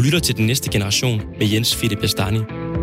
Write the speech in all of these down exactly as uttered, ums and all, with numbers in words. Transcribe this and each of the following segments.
lytter til Den Næste Generation med Jens Philip Bastani.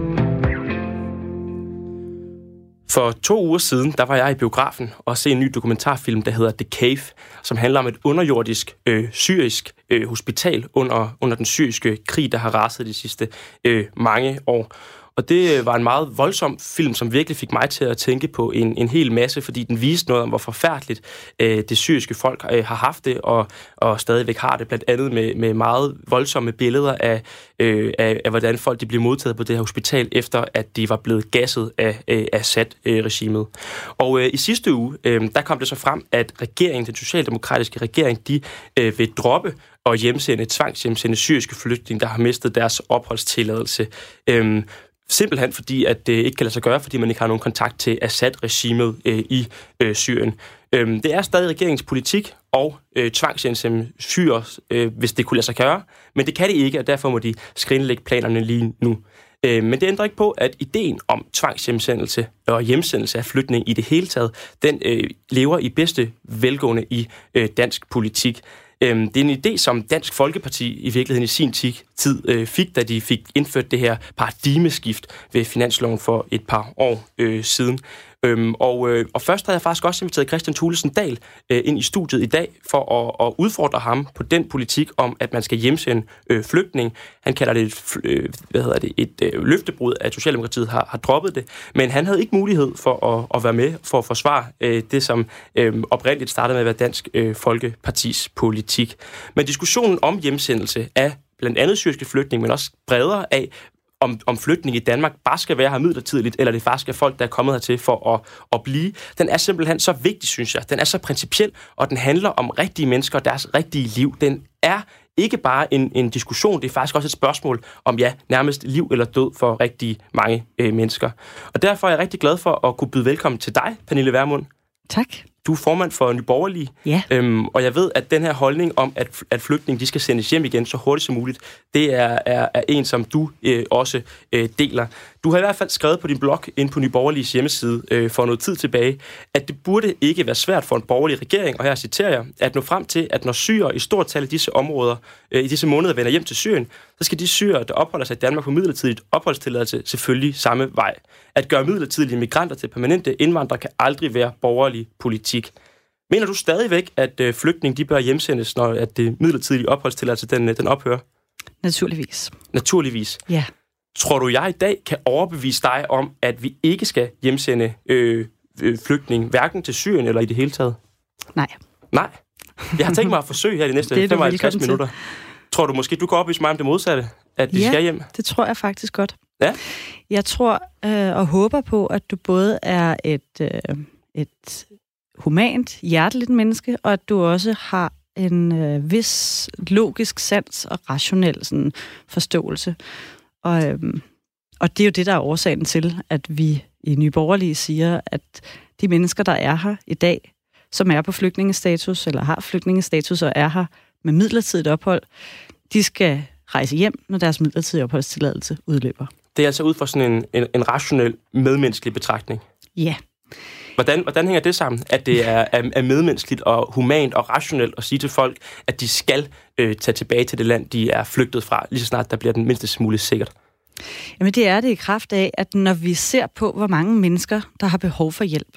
For to uger siden, der var jeg i biografen og se en ny dokumentarfilm, der hedder The Cave, som handler om et underjordisk øh, syrisk øh, hospital under, under den syriske krig, der har raset de sidste øh, mange år. Og det var en meget voldsom film, som virkelig fik mig til at tænke på en, en hel masse, fordi den viste noget om, hvor forfærdeligt øh, det syriske folk øh, har haft det, og, og stadigvæk har det, blandt andet med, med meget voldsomme billeder af, øh, af, af, hvordan folk de blev modtaget på det her hospital, efter at de var blevet gasset af øh, Assad-regimet. Og øh, i sidste uge, øh, der kom det så frem, at regeringen, den socialdemokratiske regering, de øh, vil droppe og hjemsende, tvangshjemsende syriske flygtninge, der har mistet deres opholdstilladelse. Øh, Simpelthen fordi, at det ikke kan lade sig gøre, fordi man ikke har nogen kontakt til Assad-regimet øh, i øh, Syrien. Øhm, det er stadig regeringens politik og øh, tvangshjemsende syrer, øh, hvis det kunne lade sig gøre, men det kan det ikke, og derfor må de skrinlægge planerne lige nu. Øh, men det ændrer ikke på, at ideen om tvangshjemsendelse og hjemsendelse af flygtninge i det hele taget, den øh, lever i bedste velgående i øh, dansk politik. Det er en idé, som Dansk Folkeparti i virkeligheden i sin tid øh, fik, da de fik indført det her paradigmeskift ved finansloven for et par år øh, siden. Øhm, og, øh, og først havde jeg faktisk også inviteret Kristian Thulesen Dahl øh, ind i studiet i dag for at, at udfordre ham på den politik om, at man skal hjemsende øh, flygtninge. Han kalder det et, øh, hvad hedder det, et øh, løftebrud, at Socialdemokratiet har, har droppet det. Men han havde ikke mulighed for at, at være med for at forsvare øh, det, som øh, oprindeligt startede med at være Dansk øh, Folkepartis politik. Men diskussionen om hjemsendelse af blandt andet syriske flygtninge, men også bredere af, Om, om flygtninge i Danmark bare skal være her midlertidigt, eller det faktisk er folk, der er kommet hertil for at, at blive. Den er simpelthen så vigtig, synes jeg. Den er så principiel, og den handler om rigtige mennesker og deres rigtige liv. Den er ikke bare en, en diskussion, det er faktisk også et spørgsmål om, ja, nærmest liv eller død for rigtig mange øh, mennesker. Og derfor er jeg rigtig glad for at kunne byde velkommen til dig, Pernille Vermund. Tak. Du er formand for Nye Borgerlige, ja. øhm, og jeg ved, at den her holdning om, at, at flygtninge de skal sendes hjem igen så hurtigt som muligt, det er, er, er en, som du øh, også øh, deler. Du har i hvert fald skrevet på din blog inde på Nye Borgerliges hjemmeside øh, for noget tid tilbage, at det burde ikke være svært for en borgerlig regering, og her citerer jeg, at nå frem til, at når syrere i stort tal i disse områder, øh, i disse måneder vender hjem til Syrien, så skal de syrere, der opholder sig i Danmark på midlertidigt opholdstilladelse, selvfølgelig samme vej. At gøre midlertidige migranter til permanente indvandrere kan aldrig være borgerlig politik. Mener du stadigvæk, at øh, flygtninge de bør hjemsendes, når at det midlertidige opholdstilladelse den, den ophører? Naturligvis. Naturligvis? Ja. Tror du, jeg i dag kan overbevise dig om, at vi ikke skal hjemsende øh, øh, flygtninge, hverken til Syrien eller i det hele taget? Nej. Nej? Jeg har tænkt mig at forsøge her de næste femoghalvtreds minutter. Til. Tror du måske, du kan overbevise mig om det modsatte, at de ja, skal hjem? Det tror jeg faktisk godt. Ja? Jeg tror øh, og håber på, at du både er et, øh, et humant, hjerteligt menneske, og at du også har en øh, vis logisk sans og rationel sådan, forståelse. Og, øhm, og det er jo det, der er årsagen til, at vi i Nye Borgerlige siger, at de mennesker, der er her i dag, som er på flygtningestatus, eller har flygtningestatus og er her med midlertidigt ophold, de skal rejse hjem, når deres midlertidige opholdstilladelse udløber. Det er altså ud fra sådan en, en, en rationel, medmenneskelig betragtning? Ja. Hvordan, hvordan hænger det sammen, at det er, er, er medmenneskeligt og humant og rationelt at sige til folk, at de skal øh, tage tilbage til det land, de er flygtet fra, lige så snart der bliver den mindste smule sikkert? Jamen det er det i kraft af, at når vi ser på, hvor mange mennesker, der har behov for hjælp,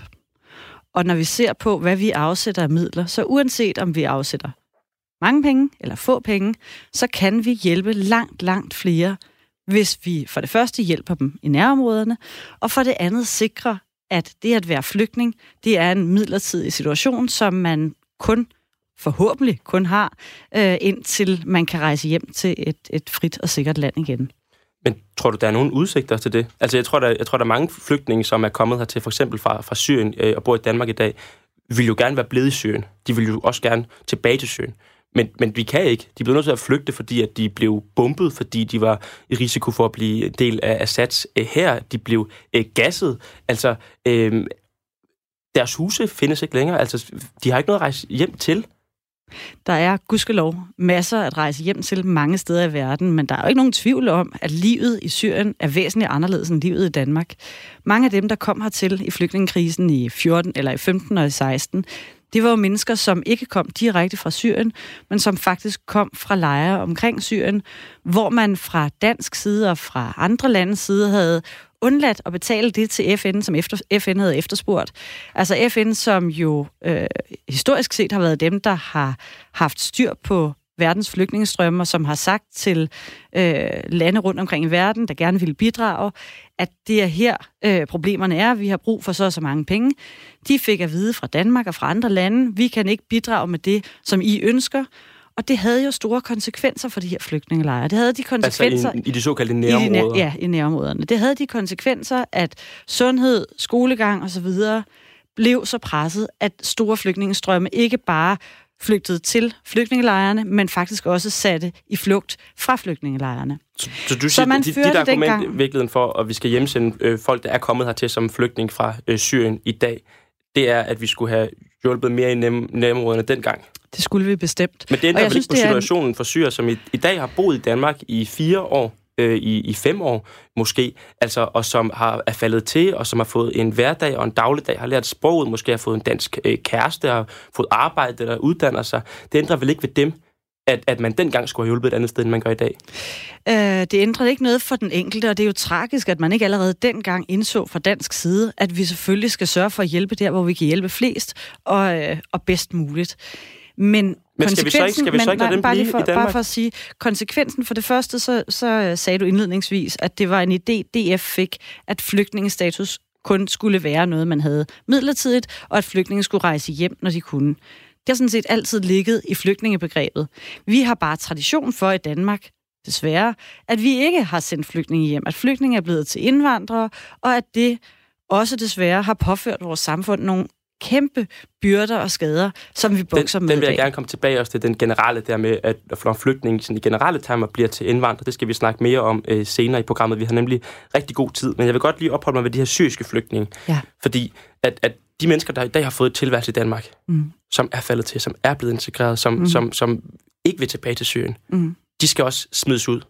og når vi ser på, hvad vi afsætter af midler, så uanset om vi afsætter mange penge eller få penge, så kan vi hjælpe langt, langt flere, hvis vi for det første hjælper dem i nærområderne, og for det andet sikrer, at det at være flygtning, det er en midlertidig situation, som man kun, forhåbentlig kun har, øh, indtil man kan rejse hjem til et, et frit og sikkert land igen. Men tror du, der er nogen udsigter til det? Altså, jeg tror, der, jeg tror, der er mange flygtninge, som er kommet her til, for eksempel fra, fra Syrien øh, og bor i Danmark i dag, vil jo gerne være blevet i Syrien. De vil jo også gerne tilbage til Syrien. Men, men vi kan ikke. De blev nødt til at flygte, fordi at de blev bombet, fordi de var i risiko for at blive en del af Assads øh, hær. De blev øh, gasset. Altså, øh, deres huse findes ikke længere. Altså, de har ikke noget at rejse hjem til. Der er gudskelov masser at rejse hjem til mange steder i verden, men der er jo ikke nogen tvivl om, at livet i Syrien er væsentligt anderledes end livet i Danmark. Mange af dem, der kom hertil i flygtningekrisen i fjorten eller i femten og i seksten, det var jo mennesker, som ikke kom direkte fra Syrien, men som faktisk kom fra lejre omkring Syrien, hvor man fra dansk side og fra andre landes side havde undladt at betale det til F N, som efter, F N havde efterspurgt. Altså F N, som jo øh, historisk set har været dem, der har haft styr på verdens flygtningestrømme, som har sagt til øh, lande rundt omkring i verden, der gerne ville bidrage, at det er her øh, problemerne er, vi har brug for så og så mange penge. De fik at vide fra Danmark og fra andre lande, vi kan ikke bidrage med det, som I ønsker. Og det havde jo store konsekvenser for de her flygtningelejre. Det havde de konsekvenser... Altså i, i de såkaldte nærområder? I de, ja, i nærområderne. Det havde de konsekvenser, at sundhed, skolegang osv. blev så presset, at store flygtningestrømme ikke bare flygtede til flygtningelejrene, men faktisk også satte i flugt fra flygtningelejrene. Så, så du siger, at dit argument i virkeligheden for, at vi skal hjemsende øh, folk, der er kommet hertil som flygtning fra øh, Syrien i dag, det er, at vi skulle have hjulpet mere i nærområderne dengang? Det skulle vi bestemt. Men det ændrer vel ikke på situationen en... for syrere, som i, i dag har boet i Danmark i fire år, øh, i, i fem år måske, altså, og som har, er faldet til, og som har fået en hverdag og en dagligdag, har lært sproget, måske har fået en dansk øh, kæreste, har fået arbejde eller uddanner sig. Det ændrer vel ikke ved dem, at, at man dengang skulle have hjulpet et andet sted, end man gør i dag? Øh, det ændrer ikke noget for den enkelte, og det er jo tragisk, at man ikke allerede dengang indså fra dansk side, at vi selvfølgelig skal sørge for at hjælpe der, hvor vi kan hjælpe flest og, øh, og bedst muligt. Men, men skal vi så ikke, skal vi så ikke lade dem blive for, i Danmark? Bare for at sige, konsekvensen for det første, så, så sagde du indledningsvis, at det var en idé, D F fik, at flygtningestatus kun skulle være noget, man havde midlertidigt, og at flygtninge skulle rejse hjem, når de kunne. Det har sådan set altid ligget i flygtningebegrebet. Vi har bare tradition for i Danmark, desværre, at vi ikke har sendt flygtninge hjem, at flygtninge er blevet til indvandrere, og at det også desværre har påført vores samfund nogle kæmpe byrder og skader, som vi bokser den, med. Den vil jeg gerne komme tilbage også til den generelle der med, at når flygtninge sådan i generelle termer bliver til indvandrere. Det skal vi snakke mere om øh, senere i programmet. Vi har nemlig rigtig god tid, men jeg vil godt lige opholde mig ved de her syriske flygtninge. Ja. Fordi at, at de mennesker, der i dag har fået et tilværelse i Danmark, mm. som er faldet til, som er blevet integreret, som, mm. som, som ikke vil tilbage til Syrien, mm. de skal også smides ud.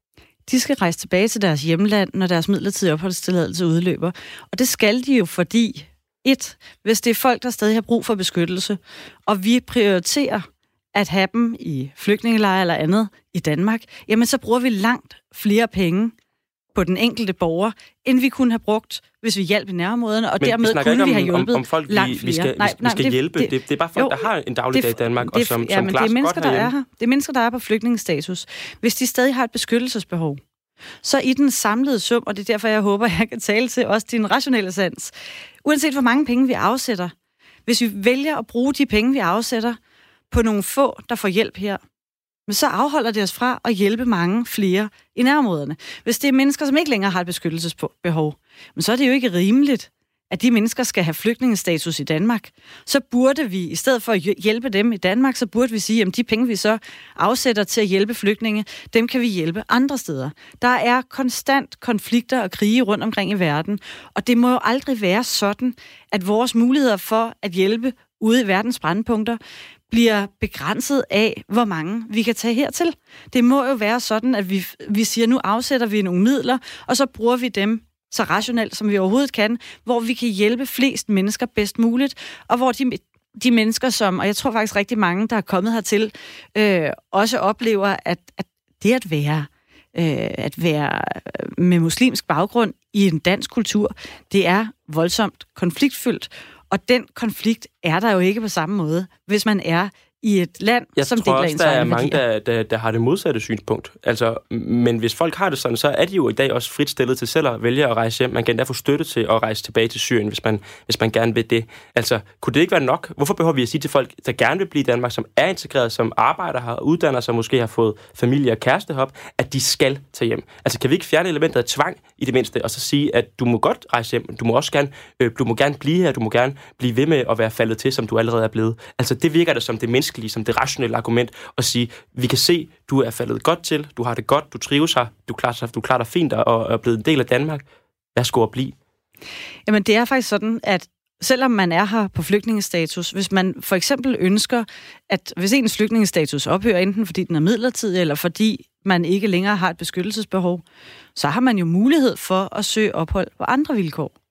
De skal rejse tilbage til deres hjemland, når deres midlertidige opholdstilladelse udløber. Og det skal de jo, fordi et, hvis det er folk, der stadig har brug for beskyttelse, og vi prioriterer at have dem i flygtningelejre eller andet i Danmark, jamen så bruger vi langt flere penge på den enkelte borger, end vi kunne have brugt, hvis vi hjalp i nærområderne, og men dermed vi kunne om, vi have hjulpet om, om folk, langt vi, flere. vi skal, nej, vi skal det, hjælpe. Det, det, det er bare folk, jo, der har en dagligdag i Danmark, og som, ja, som men klarer det er mennesker, godt der herhjemme. er her. Det er mennesker, der er på flygtningestatus. Hvis de stadig har et beskyttelsesbehov, så i den samlede sum, og det er derfor, jeg håber, jeg kan tale til også din rationelle sans, uanset hvor mange penge vi afsætter, hvis vi vælger at bruge de penge, vi afsætter, på nogle få, der får hjælp her, men så afholder det os fra at hjælpe mange flere i nærområderne. Hvis det er mennesker, som ikke længere har et beskyttelsesbehov, men så er det jo ikke rimeligt, at de mennesker skal have flygtningestatus i Danmark. Så burde vi, i stedet for at hjælpe dem i Danmark, så burde vi sige, at de penge, vi så afsætter til at hjælpe flygtninge, dem kan vi hjælpe andre steder. Der er konstant konflikter og krige rundt omkring i verden, og det må jo aldrig være sådan, at vores muligheder for at hjælpe ude i verdens brændpunkter bliver begrænset af, hvor mange vi kan tage hertil. Det må jo være sådan, at vi, vi siger, nu afsætter vi nogle midler, og så bruger vi dem så rationelt, som vi overhovedet kan, hvor vi kan hjælpe flest mennesker bedst muligt, og hvor de, de mennesker, som, og jeg tror faktisk rigtig mange, der er kommet hertil, øh, også oplever, at, at det at være, øh, at være med muslimsk baggrund i en dansk kultur, det er voldsomt konfliktfyldt, og den konflikt er der jo ikke på samme måde, hvis man er i et land, jeg som deler ens egne værdier. Jeg tror værdier. også, der er mange, der, der, der har det modsatte synspunkt. Altså, men hvis folk har det sådan, så er de jo i dag også frit stillet til selv at vælge at rejse hjem. Man kan endda få støtte til at rejse tilbage til Syrien, hvis man, hvis man gerne vil det. Altså, kunne det ikke være nok? Hvorfor behøver vi at sige til folk, der gerne vil blive i Danmark, som er integreret, som arbejder her, uddanner sig, måske har fået familie og kæreste herop, at de skal tage hjem? Altså, kan vi ikke fjerne elementet af tvang i det mindste, og så sige, at du må godt rejse hjem, du må også gerne, øh, du må gerne blive her, du må gerne blive ved med at være faldet til, som du allerede er blevet. Altså, det virker det som det menneskelige, som det rationelle argument at sige, vi kan se, du er faldet godt til, du har det godt, du trives her, du klarer dig, du klarer dig fint og er blevet en del af Danmark. Værsgo at blive. Jamen, det er faktisk sådan, at selvom man er her på flygtningestatus, hvis man for eksempel ønsker, at hvis ens flygtningestatus ophører, enten fordi den er midlertidig, eller fordi man ikke længere har et beskyttelsesbehov, så har man jo mulighed for at søge ophold på andre vilkår.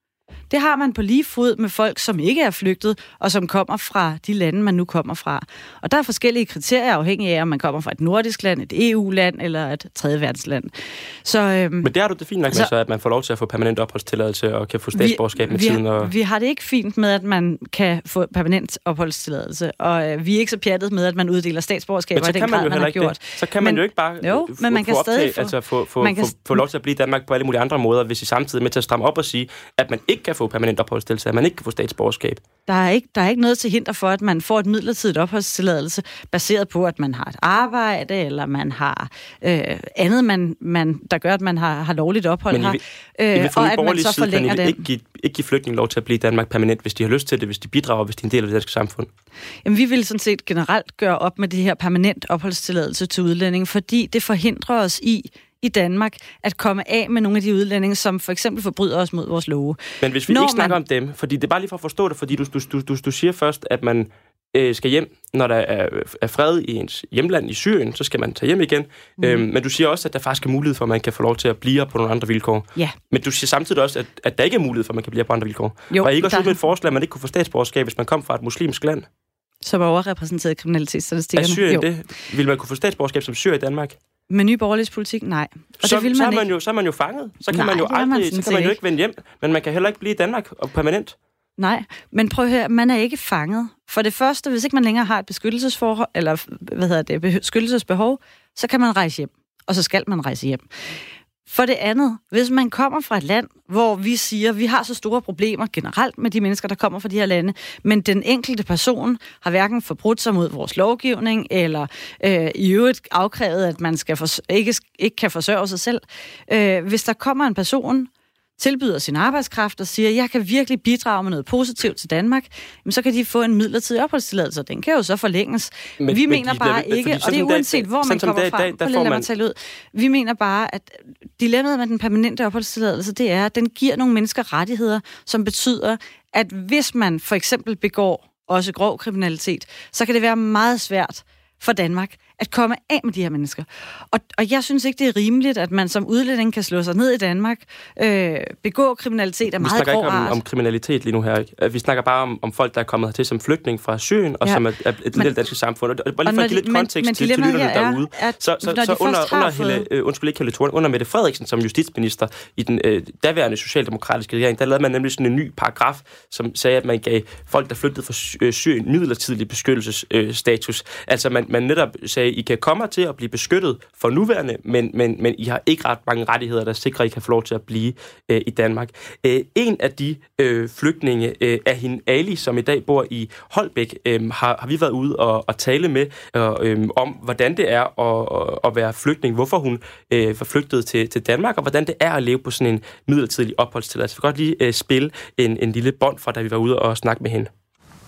Det har man på lige fod med folk, som ikke er flygtet, og som kommer fra de lande, man nu kommer fra. Og der er forskellige kriterier afhængig af, om man kommer fra et nordisk land, et E U-land eller et tredje verdensland. Så, øhm, Men det har du det fint nok med, så, så at man får lov til at få permanent opholdstilladelse og kan få statsborgerskab med vi, tiden. Og... Vi har det ikke fint med, at man kan få permanent opholdstilladelse, og øh, vi er ikke så pjattet med, at man uddeler statsborgerskaber i den grad, man har gjort. Det. Så kan man men, jo ikke bare jo, f- men man få, kan stadig få, altså få, få, man kan, få, få lov til at blive i Danmark på alle mulige andre måder, hvis I samtidig er med til at stramme op og sige, at man ikke kan få permanent opholdstilladelse, at man ikke kan få statsborgerskab. Der er ikke, der er ikke noget til hinder for, at man får et midlertidigt opholdstilladelse, baseret på, at man har et arbejde, eller man har øh, andet, man, man, der gør, at man har, har lovligt ophold men I vil, her, øh, I vil og at man så side, forlænger I vil den. ikke give, ikke give flygtninge lov til at blive i Danmark permanent, hvis de har lyst til det, hvis de bidrager, hvis de er en del af det danske samfund. Jamen, vi vil sådan set generelt gøre op med det her permanent opholdstilladelse til udlændinge, fordi det forhindrer os i, i Danmark, at komme af med nogle af de udlændinge, som for eksempel forbryder os mod vores love. Men hvis vi Når ikke snakker man... om dem, fordi det er bare lige for at forstå det, fordi du, du, du, du, du siger først, at man øh, skal hjem, når der er, er fred i ens hjemland i Syrien, så skal man tage hjem igen. Mm. Øhm, men du siger også, at der faktisk er mulighed for, at man kan få lov til at blive her på nogle andre vilkår. Ja. Men du siger samtidig også, at, at der ikke er mulighed for, at man kan blive her på andre vilkår. Jo, og ikke også der... ud med et forslag, at man ikke kunne få statsborgerskab, hvis man kom fra et muslimsk land? Som er overrepræsenteret i kriminalitetsstatistikkerne. Er Syrien det? Vil man kunne få statsborgerskab som syrer i Danmark? Med Nye Borgerliges politik? Nej. Og så, det vil man så, er man ikke. jo, så er man jo fanget. Så kan Nej, man jo aldrig, man så kan man jo ikke vende hjem. Men man kan heller ikke blive i Danmark og permanent. Nej, men prøv at høre, man er ikke fanget. For det første, hvis ikke man længere har et beskyttelsesforhold, eller hvad hedder det, beskyttelsesbehov, så kan man rejse hjem. Og så skal man rejse hjem. For det andet, hvis man kommer fra et land, hvor vi siger, at vi har så store problemer generelt med de mennesker, der kommer fra de her lande, men den enkelte person har hverken forbrudt sig mod vores lovgivning, eller øh, i øvrigt afkrævet, at man skal for, ikke, ikke kan forsørge sig selv. Øh, hvis der kommer en person, tilbyder sin arbejdskraft og siger, at jeg kan virkelig bidrage med noget positivt til Danmark, jamen, så kan de få en midlertidig opholdstilladelse. Den kan jo så forlænges. Men, vi men mener de, bare de, ikke, og det er uanset, dag, hvor man kommer dag, fra. Dag, der lad mig tale ud. Vi mener bare, at dilemmaet med den permanente opholdstilladelse, det er, at den giver nogle mennesker rettigheder, som betyder, at hvis man for eksempel begår også grov kriminalitet, så kan det være meget svært for Danmark at komme af med de her mennesker. Og, og jeg synes ikke, det er rimeligt, at man som udlænding kan slå sig ned i Danmark, øh, begå kriminalitet af meget grov art. Vi snakker ikke om, om kriminalitet lige nu her. Vi snakker bare om, om folk, der er kommet hertil som flygtning fra Syrien, og ja, som er, er et lille danske samfund. Og bare lige for at give lidt kontekst til, til lytterne derude. Er, så så, så under, under, Helle, øh, undskyld ikke Helle Thorning, under Mette Frederiksen som justitsminister i den øh, daværende socialdemokratiske regering, der lavede man nemlig sådan en ny paragraf, som sagde, at man gav folk, der flygtede fra Syrien, midlertidig beskyttelsesstatus. Øh, altså man, man netop sagde, I kan komme til at blive beskyttet for nuværende, men, men, men I har ikke ret mange rettigheder, der sikrer, at I kan få lov til at blive øh, i Danmark. Øh, en af de øh, flygtninge, øh, Ahin Ali, som i dag bor i Holbæk, øh, har, har vi været ude og, og tale med øh, om, hvordan det er at, at være flygtning, hvorfor hun øh, var flygtet til, til Danmark, og hvordan det er at leve på sådan en midlertidig opholdstilladelse. Jeg vil godt lige øh, spille en, en lille bånd fra, da vi var ude og snakke med hende.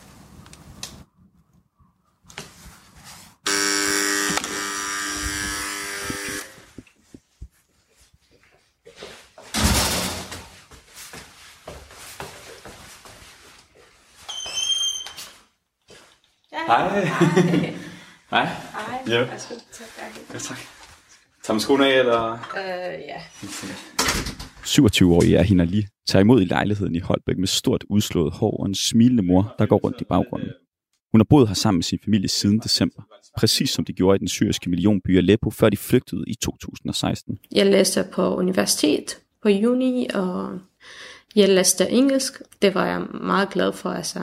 Hej. Hej. Hej. Ja. Værsgo. Tak. Ja, tak. Tager man skoene af, eller? Øh, ja. syvogtyve-årige Ahin Ali tager imod i lejligheden i Holbæk med stort udslået hår og en smilende mor, der går rundt i baggrunden. Hun har boet her sammen med sin familie siden december, præcis som de gjorde i den syriske millionby Aleppo, før de flygtede i to tusind og seksten. Jeg læste på universitet på juni, og jeg læste engelsk. Det var jeg meget glad for, altså.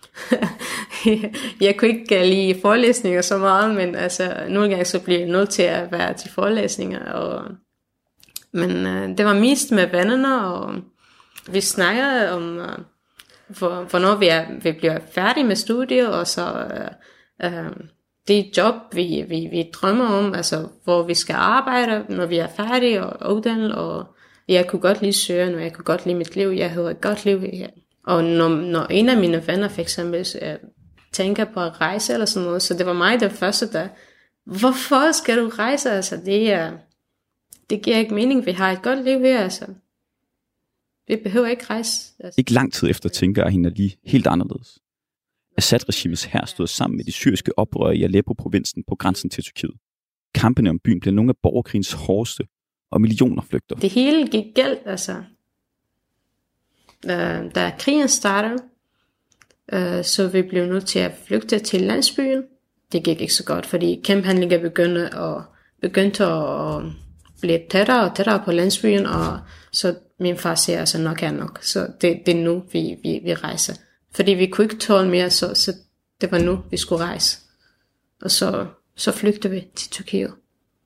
Jeg kunne ikke lide forelæsninger så meget, men altså, nogle gange så bliver jeg nødt til at være til forelæsninger. Og... Men uh, det var mest med vennerne, og vi snakkede om, uh, hvor, hvornår vi, er, vi bliver færdige med studiet, og så uh, uh, det job, vi, vi, vi drømmer om, altså hvor vi skal arbejde, når vi er færdige og uddannet, og jeg kunne godt lide Syrien, og jeg kunne godt lide mit liv, jeg havde et godt liv her. Og når, når en af mine venner for eksempel øh, tænker på at rejse eller sådan noget, så det var mig det første, der, hvorfor skal du rejse? Altså, det, er, det giver ikke mening, vi har et godt liv her, altså. Vi behøver ikke rejse. Altså. Ikke lang tid efter tænker Ahin Ali helt anderledes. Assad-regimets hær stod sammen med de syriske oprørere i Aleppo-provinsen på grænsen til Tyrkiet. Kampene om byen blev nogle af borgerkrigens hårdeste, og millioner flygter. Det hele gik galt, altså. øh, da krigen startede, øh, så vi blev nødt til at flygte til landsbyen. Det gik ikke så godt, fordi kæmphandlinger begyndte at, begyndte at blive tættere og tættere på landsbyen, og så min far siger, altså nok er nok. Så det, det er nu, vi, vi, vi rejser. Fordi vi kunne ikke tåle mere, så, så det var nu, vi skulle rejse. Og så, så flygter vi til Tyrkiet.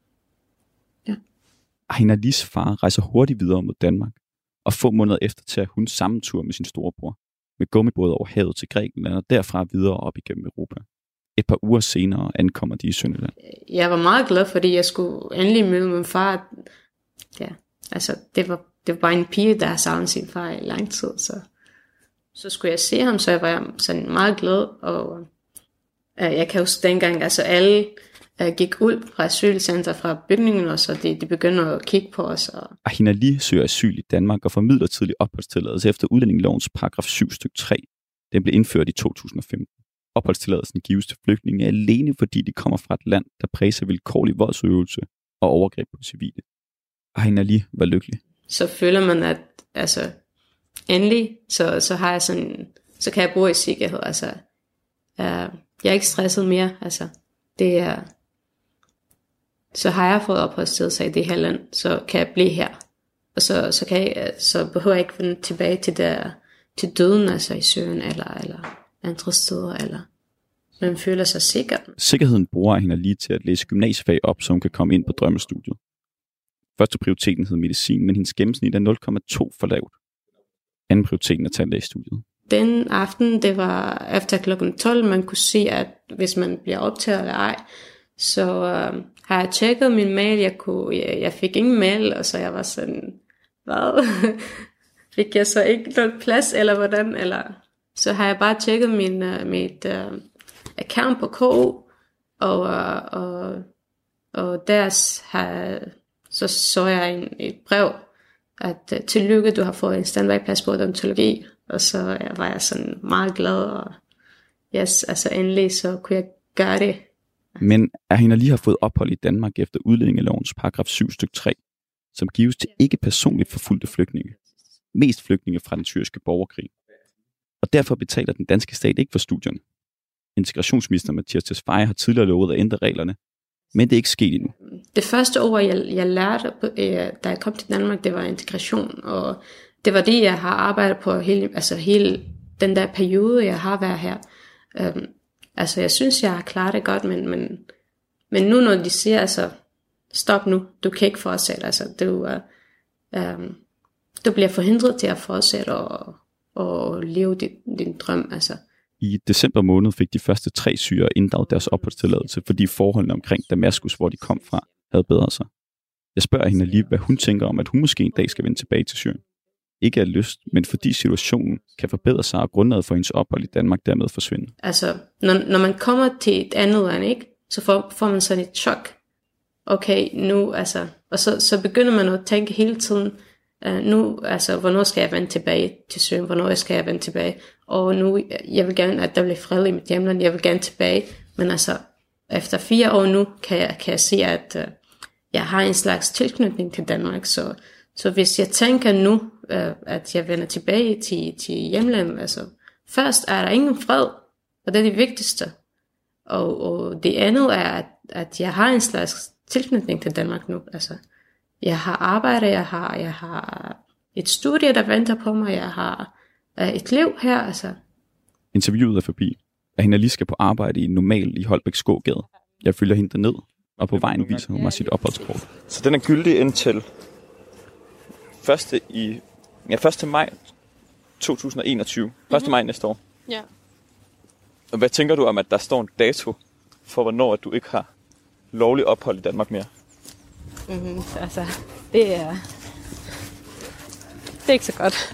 Ja. Ahin Alis far rejser hurtigt videre mod Danmark, og få måneder efter tager hun samme tur med sin storebror, med gummibåd over havet til Grækenland, og derfra videre op igennem Europa. Et par uger senere ankommer de i Sønderjylland. Jeg var meget glad, fordi jeg skulle endelig møde min far. Ja, altså det var, det var bare en pige, der har savnet sin far i lang tid, så, så skulle jeg se ham, så jeg var sådan meget glad, og øh, jeg kan huske dengang, altså alle øh, gik ud fra asylcenter fra bygningen, og så de, de begyndte at kigge på os. Og... Ahin Ali søger asyl i Danmark og får midlertidig opholdstilladelse efter udlændingelovens paragraf syv stykke tre. Den blev indført i to tusind og femten. Opholdstilladelsen gives til flygtninge alene, fordi de kommer fra et land, der præger vilkårlig voldsøvelse og overgreb på civile. Ahin Ali var lykkelig. Så føler man, at altså, endelig, så, så har jeg sådan, så kan jeg bo i sikkerhed. Altså, uh, jeg er ikke stresset mere. Altså, det er, så har jeg fået opholdstilladelse i det her land, så kan jeg blive her. Og så, så, kan jeg, så behøver jeg ikke vende tilbage til, der, til døden, altså i Syrien eller, eller andre steder, eller man føler sig sikker. Sikkerheden bruger hende lige til at læse gymnasiefag op, så hun kan komme ind på drømmestudiet. Første prioriteten hed medicin, men hendes gennemsnit er nul komma to for lavt. Anden prioriteten er tandlægestudiet. Den aften, det var efter klokken tolv, man kunne se, at hvis man bliver optaget eller ej, så øh, har jeg tjekket min mail, jeg, kunne, jeg, jeg fik ingen mail, og så jeg var sådan, hvad? Fik jeg så ikke noget plads, eller hvordan? Eller... Så har jeg bare tjekket min, uh, mit uh, account på K O, og, uh, og, og der har, så så jeg en, et brev, at uh, tillykke, du har fået en standby-plads på odontologi, og så uh, var jeg sådan meget glad, og yes, altså endelig så kunne jeg gøre det. Men Ahin Ali har fået ophold i Danmark efter udlændingelovens paragraf syv stykke tre, som gives til ikke personligt forfulgte flygtninge. Mest flygtninge fra den syriske borgerkrig. Og derfor betaler den danske stat ikke for studierne. Integrationsminister Mattias Tesfaye har tidligere lovet at ændre reglerne, men det er ikke sket endnu. Det første ord, jeg, jeg lærte, da jeg kom til Danmark, det var integration, og det var det, jeg har arbejdet på hele, altså hele den der periode, jeg har været her. Um, altså, jeg synes, jeg har klaret det godt, men, men, men nu, når de siger, altså, stop nu, du kan ikke fortsætte, altså, du, uh, um, du bliver forhindret til at fortsætte og og leve din, din drøm. Altså. I december måned fik de første tre syrere inddraget deres opholdstilladelse, fordi forholdene omkring Damaskus, hvor de kom fra, havde bedret sig. Jeg spørger hende lige, hvad hun tænker om, at hun måske en dag skal vende tilbage til Syrien. Ikke af lyst, men fordi situationen kan forbedre sig, og grundlaget for hendes ophold i Danmark dermed forsvinde. Altså, når, når man kommer til et andet land, ikke, så får, får man sådan et chok. Okay, nu, altså, og så, så begynder man at tænke hele tiden, Uh, nu, altså, hvornår skal jeg vende tilbage til Syrien, hvornår skal jeg vende tilbage, og nu, jeg vil gerne, at der bliver fred i mit hjemland, jeg vil gerne tilbage, men altså, efter fire år nu, kan jeg, kan jeg se, at uh, jeg har en slags tilknytning til Danmark, så, så hvis jeg tænker nu, uh, at jeg vender tilbage til, til hjemlandet, altså, først er der ingen fred, og det er det vigtigste, og, og det andet er, at, at jeg har en slags tilknytning til Danmark nu, altså, jeg har arbejde, jeg har, jeg har et studie, der venter på mig, jeg har uh, et liv her. Altså. Interviewet er forbi. Ahin Ali skal på arbejde i Normal i Holbæk Skågade. Jeg følger hende derned, og på vejen viser hun mig sit opholdskort. Så den er gyldig indtil første i ja, første maj to tusind og enogtyve. første maj næste år. Ja. Og hvad tænker du om, at der står en dato for, hvornår du ikke har lovlig ophold i Danmark mere? Mm-hmm, altså, det er, det er ikke så godt.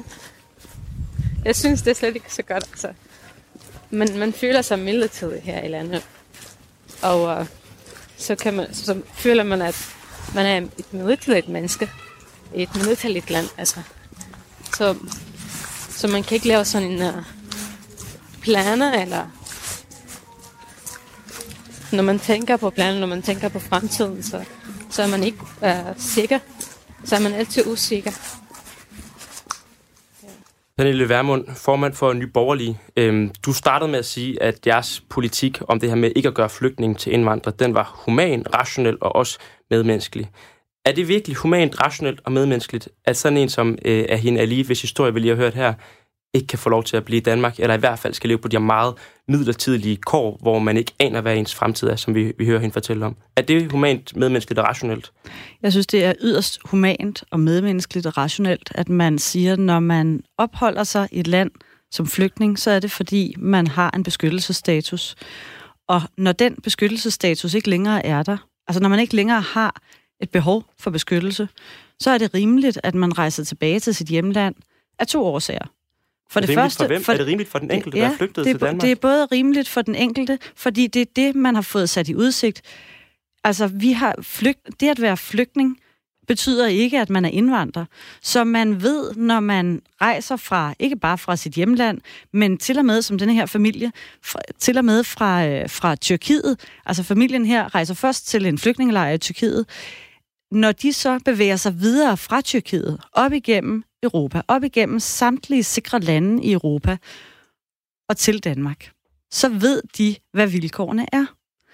Jeg synes, det er slet ikke så godt. Altså. Man, man føler sig midlertidig her i landet. Og uh, så, kan man, så føler man, at man er et midlertidigt menneske i et midlertidigt land. Altså. Så, så man kan ikke lave sådan en uh, planer, eller når man tænker på planer, når man tænker på fremtiden, så så er man ikke øh, sikker. Så er man altid usikker. Ja. Pernille Vermund, formand for Nye Borgerlige. Øhm, du startede med at sige, at jeres politik om det her med ikke at gøre flygtninge til indvandrere, den var human, rationel og også medmenneskelig. Er det virkelig humant, rationelt og medmenneskeligt, at sådan en som øh, Ahin Ali, hvis historie vi lige har hørt her, ikke kan få lov til at blive i Danmark, eller i hvert fald skal leve på de her meget midlertidige kår, hvor man ikke aner, hvad ens fremtid er, som vi, vi hører hende fortælle om? Er det humant, medmenneskeligt og rationelt? Jeg synes, det er yderst humant og medmenneskeligt og rationelt, at man siger, når man opholder sig i et land som flygtning, så er det, fordi man har en beskyttelsesstatus. Og når den beskyttelsesstatus ikke længere er der, altså når man ikke længere har et behov for beskyttelse, så er det rimeligt, at man rejser tilbage til sit hjemland af to årsager. For det, det første, for hvem? For, er det rimeligt for den enkelte, ja, der er flygtet det er, til Danmark? Det er både rimeligt for den enkelte, fordi det er det, man har fået sat i udsigt. Altså, vi har flygt, det at være flygtning betyder ikke, at man er indvandrer. Så man ved, når man rejser fra, ikke bare fra sit hjemland, men til og med, som denne her familie, fra, til og med fra, øh, fra Tyrkiet, altså familien her rejser først til en flygtningelejr i Tyrkiet. Når de så bevæger sig videre fra Tyrkiet, op igennem Europa, op igennem samtlige sikre lande i Europa og til Danmark, så ved de, hvad vilkårene er.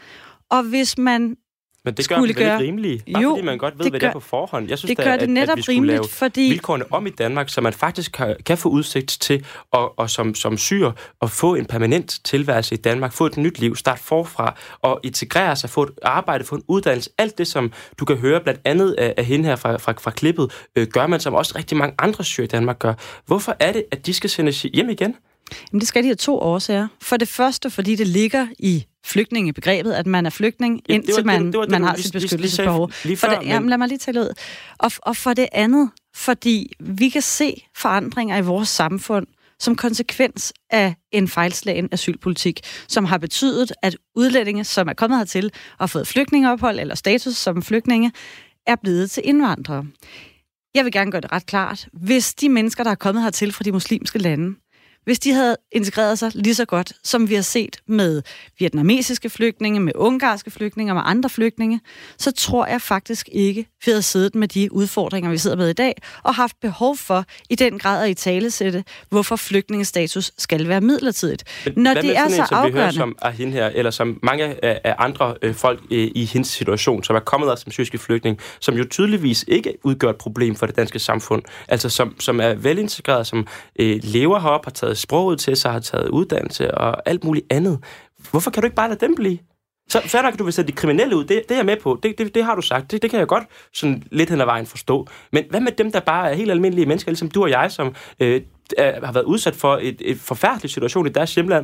Og hvis man Men det gør det vel ikke rimeligt? Bare jo, fordi man godt ved, hvad gør, det er på forhånd. Jeg synes, det gør at, det netop at vi skulle rimeligt, lave fordi vilkårene om i Danmark, så man faktisk kan, kan få udsigt til, og, og som, som syr, at få en permanent tilværelse i Danmark, få et nyt liv, starte forfra, og integrere sig, få et arbejde, få en uddannelse. Alt det, som du kan høre blandt andet af, af hende her fra, fra, fra klippet, øh, gør man, som også rigtig mange andre syr i Danmark gør. Hvorfor er det, at de skal sendes hjem igen? Jamen, det skal de have to årsager. For det første, fordi det ligger i flygtningebegrebet, at man er flygtning, ja, indtil man, det var, det, man har sit beskyttelsesbehov. Lige før, for det, jamen, lad mig lige tale ud. Og, og for det andet, fordi vi kan se forandringer i vores samfund som konsekvens af en fejlslagen asylpolitik, som har betydet, at udlændinge, som er kommet hertil og har fået flygtningeophold eller status som flygtninge, er blevet til indvandrere. Jeg vil gerne gøre det ret klart. Hvis de mennesker, der er kommet hertil fra de muslimske lande, hvis de havde integreret sig lige så godt, som vi har set med vietnamesiske flygtninge, med ungarske flygtninge og med andre flygtninge, så tror jeg faktisk ikke, vi havde siddet med de udfordringer, vi sidder med i dag, og haft behov for i den grad at italesætte, hvorfor flygtningestatus skal være midlertidigt. Men når det er så en, som afgørende. Vi hører som er hende her, eller som mange af, af andre øh, folk øh, i hendes situation, som er kommet af som syriske flygtning, som jo tydeligvis ikke udgør et problem for det danske samfund, altså som, som er velintegreret, som øh, lever heroppe, har taget sproget til sig, har taget uddannelse og alt muligt andet. Hvorfor kan du ikke bare lade dem blive? Så færdig kan du vil sætte de kriminelle ud. Det, det er jeg med på. Det, det, det har du sagt. Det, det kan jeg godt sådan lidt hen ad vejen forstå. Men hvad med dem, der bare er helt almindelige mennesker, ligesom du og jeg, som øh, er, har været udsat for et, et forfærdeligt situation i deres hjemland?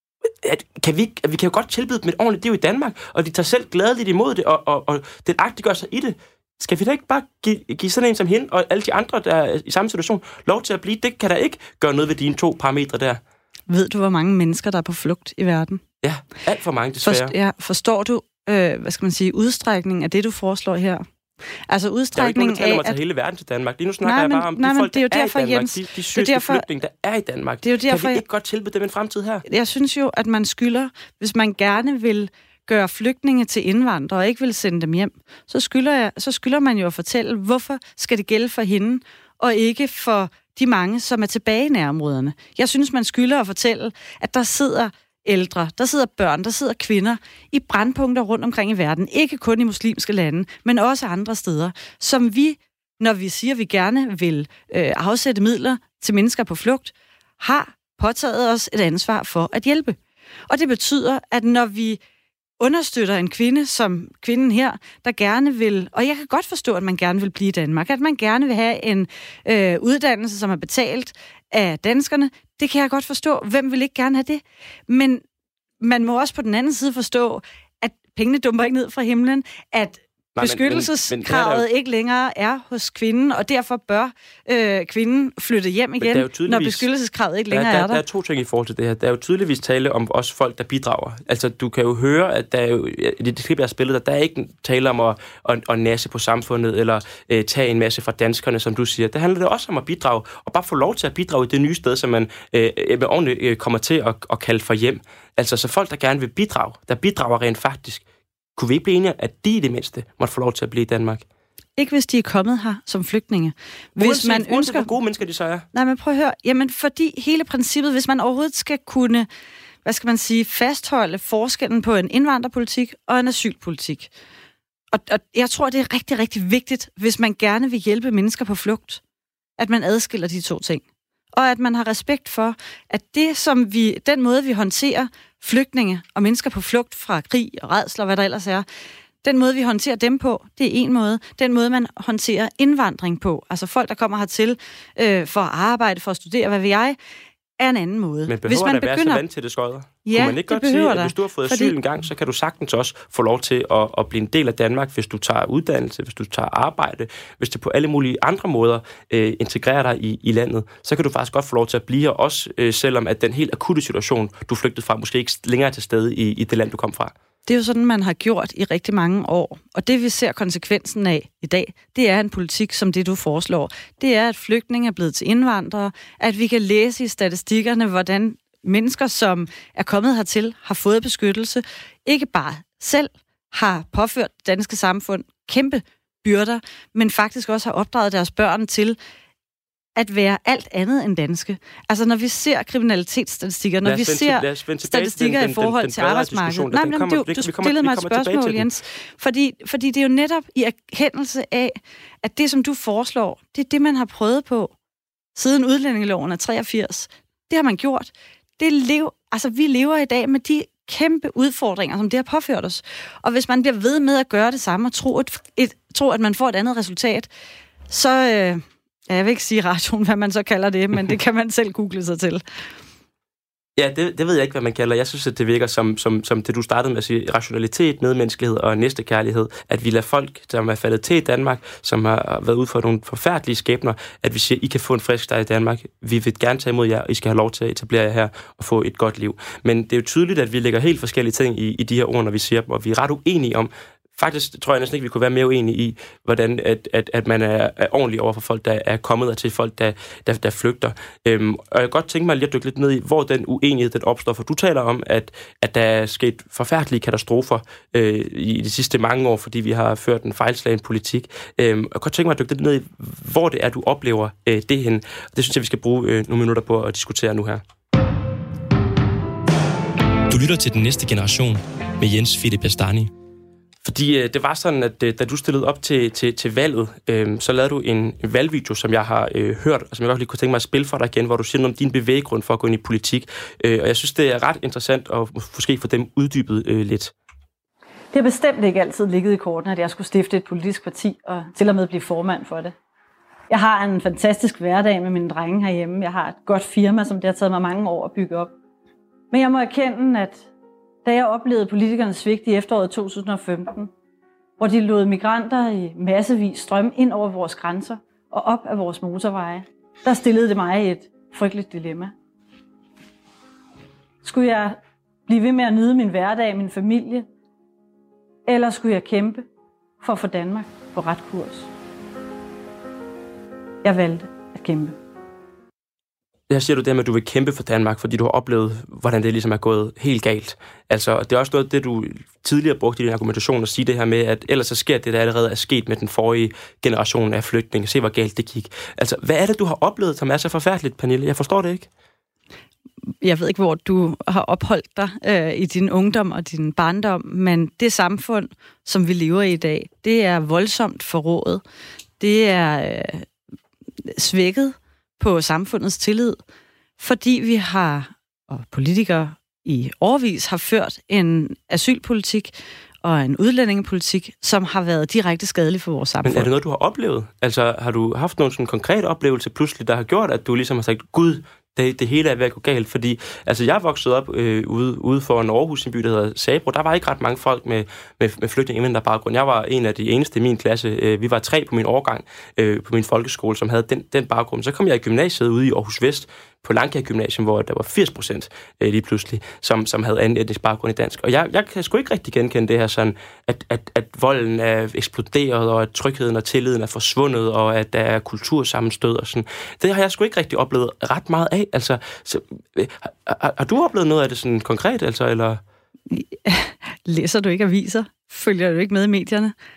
At, kan vi, at vi kan jo godt tilbyde dem et ordentligt liv i Danmark, og de tager selv gladeligt imod det, og, og, og den agtigt gør sig i det. Skal vi da ikke bare give, give sådan en som hende og alle de andre, der er i samme situation, lov til at blive? Det kan da ikke gøre noget ved dine to parametre der. Ved du, hvor mange mennesker, der er på flugt i verden? Ja, alt for mange desværre. Forst, ja, forstår du, øh, hvad skal man sige, udstrækningen af det, du foreslår her? Altså udstrækningen af... Der er jo ikke nogen, der taler om at tage hele verden til Danmark. Lige nu snakker nej, jeg men, bare om nej, de folk, det er der er derfor, i Danmark. Jens, de de syriske derfor, flygtninge, der er i Danmark. Det er jo derfor, kan vi ikke godt tilbyde dem en fremtid her? Jeg synes jo, at man skylder, hvis man gerne vil gøre flygtninge til indvandrere og ikke vil sende dem hjem, så skylder, jeg, så skylder man jo at fortælle, hvorfor skal det gælde for hende, og ikke for de mange, som er tilbage i nærområderne. Jeg synes, man skylder at fortælle, at der sidder ældre, der sidder børn, der sidder kvinder i brandpunkter rundt omkring i verden, ikke kun i muslimske lande, men også andre steder, som vi, når vi siger, at vi gerne vil øh, afsætte midler til mennesker på flugt, har påtaget os et ansvar for at hjælpe. Og det betyder, at når vi understøtter en kvinde, som kvinden her, der gerne vil, og jeg kan godt forstå, at man gerne vil blive i Danmark, at man gerne vil have en øh, uddannelse, som er betalt af danskerne, det kan jeg godt forstå. Hvem vil ikke gerne have det? Men man må også på den anden side forstå, at pengene dumper ikke ned fra himlen, at Nej, beskyttelseskravet men, men, men, ikke længere er hos kvinden, og derfor bør øh, kvinden flytte hjem igen, når beskyttelseskravet ikke længere der, der, er der. Der er to ting i forhold til det her. Der er jo tydeligvis tale om også folk, der bidrager. Altså, du kan jo høre, at der er jo, i det klip, jeg har spillet, der, der er ikke tale om at, at, at nasse på samfundet, eller øh, tage en masse fra danskerne, som du siger. Det handler det også om at bidrage, og bare få lov til at bidrage i det nye sted, som man øh, med ordentligt øh, kommer til at, at kalde for hjem. Altså, så folk, der gerne vil bidrage, der bidrager rent faktisk. Kunne vi ikke blive enige, at de i det mindste måtte få lov til at blive i Danmark? Ikke hvis de er kommet her som flygtninge. Hvis Uanset, man uanset ønsker... hvor gode mennesker de så er. Nej, men prøv at høre. Jamen, fordi hele princippet, hvis man overhovedet skal kunne, hvad skal man sige, fastholde forskellen på en indvandrerpolitik og en asylpolitik. Og, og jeg tror, det er rigtig, rigtig vigtigt, hvis man gerne vil hjælpe mennesker på flugt, at man adskiller de to ting. Og at man har respekt for, at det, som vi, den måde, vi håndterer flygtninge og mennesker på flugt fra krig og rædsler, hvad der ellers er, den måde, vi håndterer dem på, det er en måde. Den måde, man håndterer indvandring på, altså folk, der kommer hertil øh, for at arbejde, for at studere, hvad ved jeg, er en anden måde. Men behøver hvis man der begynder... være så vand til det skodder? Ja, kunne man ikke det godt sige, at der. hvis du har fået Fordi... asyl en gang, så kan du sagtens også få lov til at, at blive en del af Danmark, hvis du tager uddannelse, hvis du tager arbejde, hvis du på alle mulige andre måder øh, integrerer dig i, i landet, så kan du faktisk godt få lov til at blive her, også øh, selvom at den helt akutte situation, du flygtede fra, måske ikke længere er til stede i, i det land, du kom fra. Det er jo sådan, man har gjort i rigtig mange år. Og det, vi ser konsekvensen af i dag, det er en politik, som det, du foreslår. Det er, at flygtninge er blevet til indvandrere, at vi kan læse i statistikkerne, hvordan mennesker, som er kommet hertil, har fået beskyttelse, ikke bare selv har påført det danske samfund kæmpe byrder, men faktisk også har opdraget deres børn til at være alt andet end danske. Altså, når vi ser kriminalitetsstatistikker, når vi ser statistikker den, den, i forhold den, den til arbejdsmarkedet. Nej, men kommer, du, du stillede mig et spørgsmål, Jens. Fordi, fordi det er jo netop i erkendelse af, at det, som du foreslår, det er det, man har prøvet på siden udlændingeloven af treogfirs. Det har man gjort. Det lev, altså, vi lever i dag med de kæmpe udfordringer, som det har påført os. Og hvis man bliver ved med at gøre det samme og tro, et, et, tro at man får et andet resultat, så... Øh, jeg vil ikke sige radioen, hvad man så kalder det, men det kan man selv google sig til. Ja, det, det ved jeg ikke, hvad man kalder. Jeg synes, at det virker som, som, som det, du startede med at sige, rationalitet, medmenneskelighed og næstekærlighed. At vi lader folk, som er faldet til i Danmark, som har været ude for nogle forfærdelige skæbner, at vi siger, I kan få en frisk start i Danmark. Vi vil gerne tage imod jer, og I skal have lov til at etablere jer her og få et godt liv. Men det er jo tydeligt, at vi lægger helt forskellige ting i, i de her ord, når vi siger dem, og vi er ret uenige om. Faktisk tror jeg næsten ikke, vi kunne være mere uenige i, hvordan at, at, at man er, er ordentlig over for folk, der er kommet og til folk, der, der, der flygter. Øhm, og jeg kan godt tænke mig lige at dykke lidt ned i, hvor den uenighed den opstår. For du taler om, at, at der er sket forfærdelige katastrofer øh, i de sidste mange år, fordi vi har ført en fejlslagen politik. Øhm, og jeg kan godt tænke mig at dykke lidt ned i, hvor det er, du oplever øh, det hen. Det synes jeg, vi skal bruge øh, nogle minutter på at diskutere nu her. Du lytter til Den Næste Generation med Jens Philip Bastani. Fordi øh, det var sådan, at øh, da du stillede op til, til, til valget, øh, så lavede du en, en valgvideo, som jeg har øh, hørt, og som jeg godt lige kunne tænke mig at spille for dig igen, hvor du siger noget om din bevæggrund for at gå ind i politik. Øh, og jeg synes, det er ret interessant at måske få dem uddybet øh, lidt. Det har bestemt ikke altid ligget i kortene, at jeg skulle stifte et politisk parti og til og med blive formand for det. Jeg har en fantastisk hverdag med mine drenge herhjemme. Jeg har et godt firma, som det har taget mig mange år at bygge op. Men jeg må erkende, at da jeg oplevede politikernes svigt i efteråret to tusind og femten, hvor de lod migranter i massevis strømme ind over vores grænser og op af vores motorveje, der stillede det mig et frygteligt dilemma. Skulle jeg blive ved med at nyde min hverdag, min familie, eller skulle jeg kæmpe for at få Danmark på ret kurs? Jeg valgte at kæmpe. Her siger du det med, at du vil kæmpe for Danmark, fordi du har oplevet, hvordan det ligesom er gået helt galt. Altså, det er også noget af det, du tidligere brugte i din argumentation at sige det her med, at ellers så sker det, der allerede er sket med den forrige generation af flygtninge. Se, hvor galt det gik. Altså, hvad er det, du har oplevet, som er så forfærdeligt, Pernille? Jeg forstår det ikke. Jeg ved ikke, hvor du har opholdt dig øh, i din ungdom og din barndom, men det samfund, som vi lever i i dag, det er voldsomt forrået. Det er øh, svækket på samfundets tillid, fordi vi har, og politikere i årevis har ført en asylpolitik og en udlændingepolitik, som har været direkte skadelig for vores samfund. Men er det noget, du har oplevet? Altså, har du haft nogle sådan konkrete oplevelse pludselig, der har gjort, at du ligesom har sagt, Gud, det, det hele er ved at gå galt? Fordi, altså, jeg voksede op øh, ude, ude for en Aarhus, en by, der hedder Sabro. Der var ikke ret mange folk med, med, med flygtninge-indvandrerbaggrund. Jeg var en af de eneste i min klasse. Øh, vi var tre på min årgang øh, på min folkeskole, som havde den, den baggrund. Så kom jeg i gymnasiet ude i Aarhus Vest, på Langkær Gymnasium, hvor der var firs procent øh, lige pludselig, som, som havde anden etnisk baggrund i dansk. Og jeg, jeg kan sgu ikke rigtig genkende det her sådan, at, at, at volden er eksploderet, og at trygheden og tilliden er forsvundet, og at der er kultursammenstød og sådan. Det har jeg sgu ikke rigtig oplevet ret meget af. Altså, så, øh, har, har du oplevet noget af det sådan konkret, altså, eller? Læser du ikke aviser? Følger du ikke med i medierne?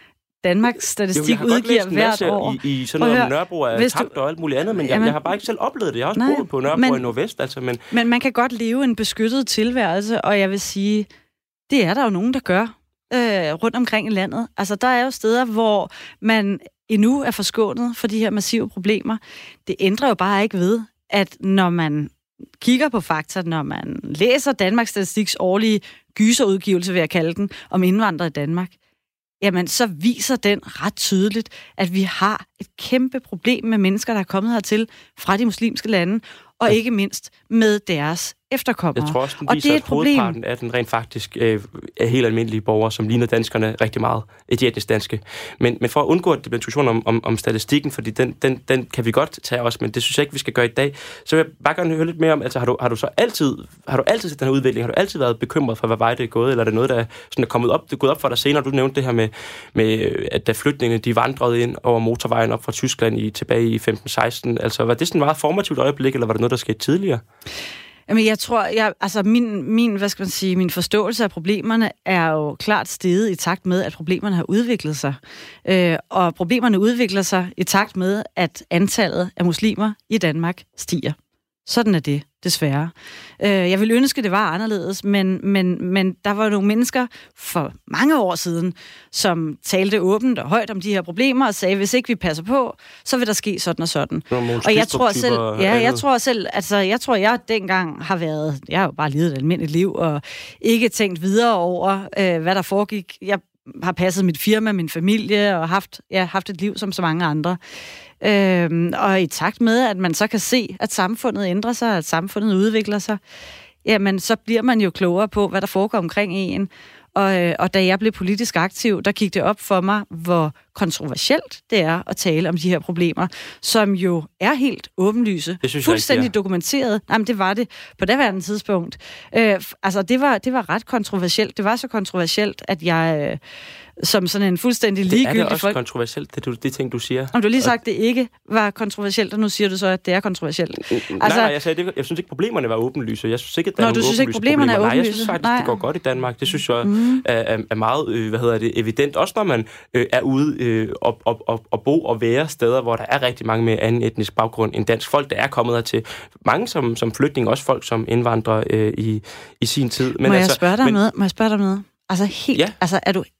Danmarks Statistik jo, udgiver hvert år. I, i sådan noget om Nørrebro er tabt og alt muligt andet, men jeg, jamen, jeg har bare ikke selv oplevet det. Jeg har også nej, boet på Nørrebro men, i Nordvest. Altså, men... men man kan godt leve en beskyttet tilværelse, og jeg vil sige, det er der jo nogen, der gør øh, rundt omkring i landet. Altså, der er jo steder, hvor man endnu er forskånet for de her massive problemer. Det ændrer jo bare ikke ved, at når man kigger på fakta, når man læser Danmarks Statistiks årlige gyserudgivelse, vil jeg kalde den, om indvandrere i Danmark, jamen så viser den ret tydeligt, at vi har et kæmpe problem med mennesker, der er kommet hertil fra de muslimske lande, og ikke mindst med deres efterkommere. Jeg tror også, den viser, og det er et at hovedparten af den rent faktisk øh, er helt almindelige borgere, som ligner danskerne rigtig meget, de etnisk danske. Men, men for at undgå, at det bliver en diskussion om, om, om statistikken, fordi den, den, den kan vi godt tage også, men det synes jeg ikke, vi skal gøre i dag, så vil jeg bare gerne høre lidt mere om, altså har du, har du så altid, har du altid set den her udvikling? Har du altid været bekymret for, hvad vej det er gået, eller er det noget, der sådan er kommet op, det er gået op for dig senere? Du nævnte det her med, med at da flygtningene, de vandrede ind over motorvejen op fra Tyskland i, tilbage i femten seksten. Altså var det sådan et meget formativt øjeblik, eller var det noget, der skete tidligere? Jamen, jeg tror, jeg, altså min, min, hvad skal man sige, min forståelse af problemerne er jo klart steget i takt med, at problemerne har udviklet sig. Øh, og problemerne udvikler sig i takt med, at antallet af muslimer i Danmark stiger. Sådan er det, desværre. Øh, jeg ville ønske, det var anderledes, men, men, men der var nogle mennesker for mange år siden, som talte åbent og højt om de her problemer og sagde, hvis ikke vi passer på, så vil der ske sådan og sådan. Og jeg tror selv, ja, jeg tror selv, altså jeg tror, jeg dengang har været, jeg har jo bare levet et almindeligt liv og ikke tænkt videre over, øh, hvad der foregik. Jeg har passet mit firma, min familie og haft, ja, haft et liv som så mange andre. Øhm, og i takt med, at man så kan se, at samfundet ændrer sig, at samfundet udvikler sig, jamen så bliver man jo klogere på, hvad der foregår omkring en. Og, øh, og da jeg blev politisk aktiv, der gik det op for mig, hvor kontroversielt det er at tale om de her problemer, som jo er helt åbenlyse, fuldstændig ikke, ja. dokumenteret. Jamen, det var det på daværende tidspunkt. Øh, altså, det var, det var ret kontroversielt. Det var så kontroversielt, at jeg... Øh, som sådan en fuldstændig ligegyldig folk... Det er det også folk... kontroversielt, det, du, det ting, du siger. Om du lige sagt, det ikke var kontroversielt, og nu siger du så, at det er kontroversielt. Altså... Nej, nej, jeg sagde, det, jeg synes ikke, problemerne var åbenlyse. Jeg synes ikke, at der Nå, er du synes ikke, problemerne er åbenlyse? Nej, jeg synes faktisk, nej. det går godt i Danmark. Det synes jeg mm. er, er meget, øh, hvad hedder det, evident. Også når man øh, er ude øh, og, og, og, og bo og være steder, hvor der er rigtig mange med anden etnisk baggrund end dansk folk, der er kommet hertil. Mange som, som flygtninge, også folk som indvandrere øh, i, i sin tid. Men Må altså, jeg spørge dig men... noget? Må jeg spørge dig noget? Altså helt... Ja. Altså, er du...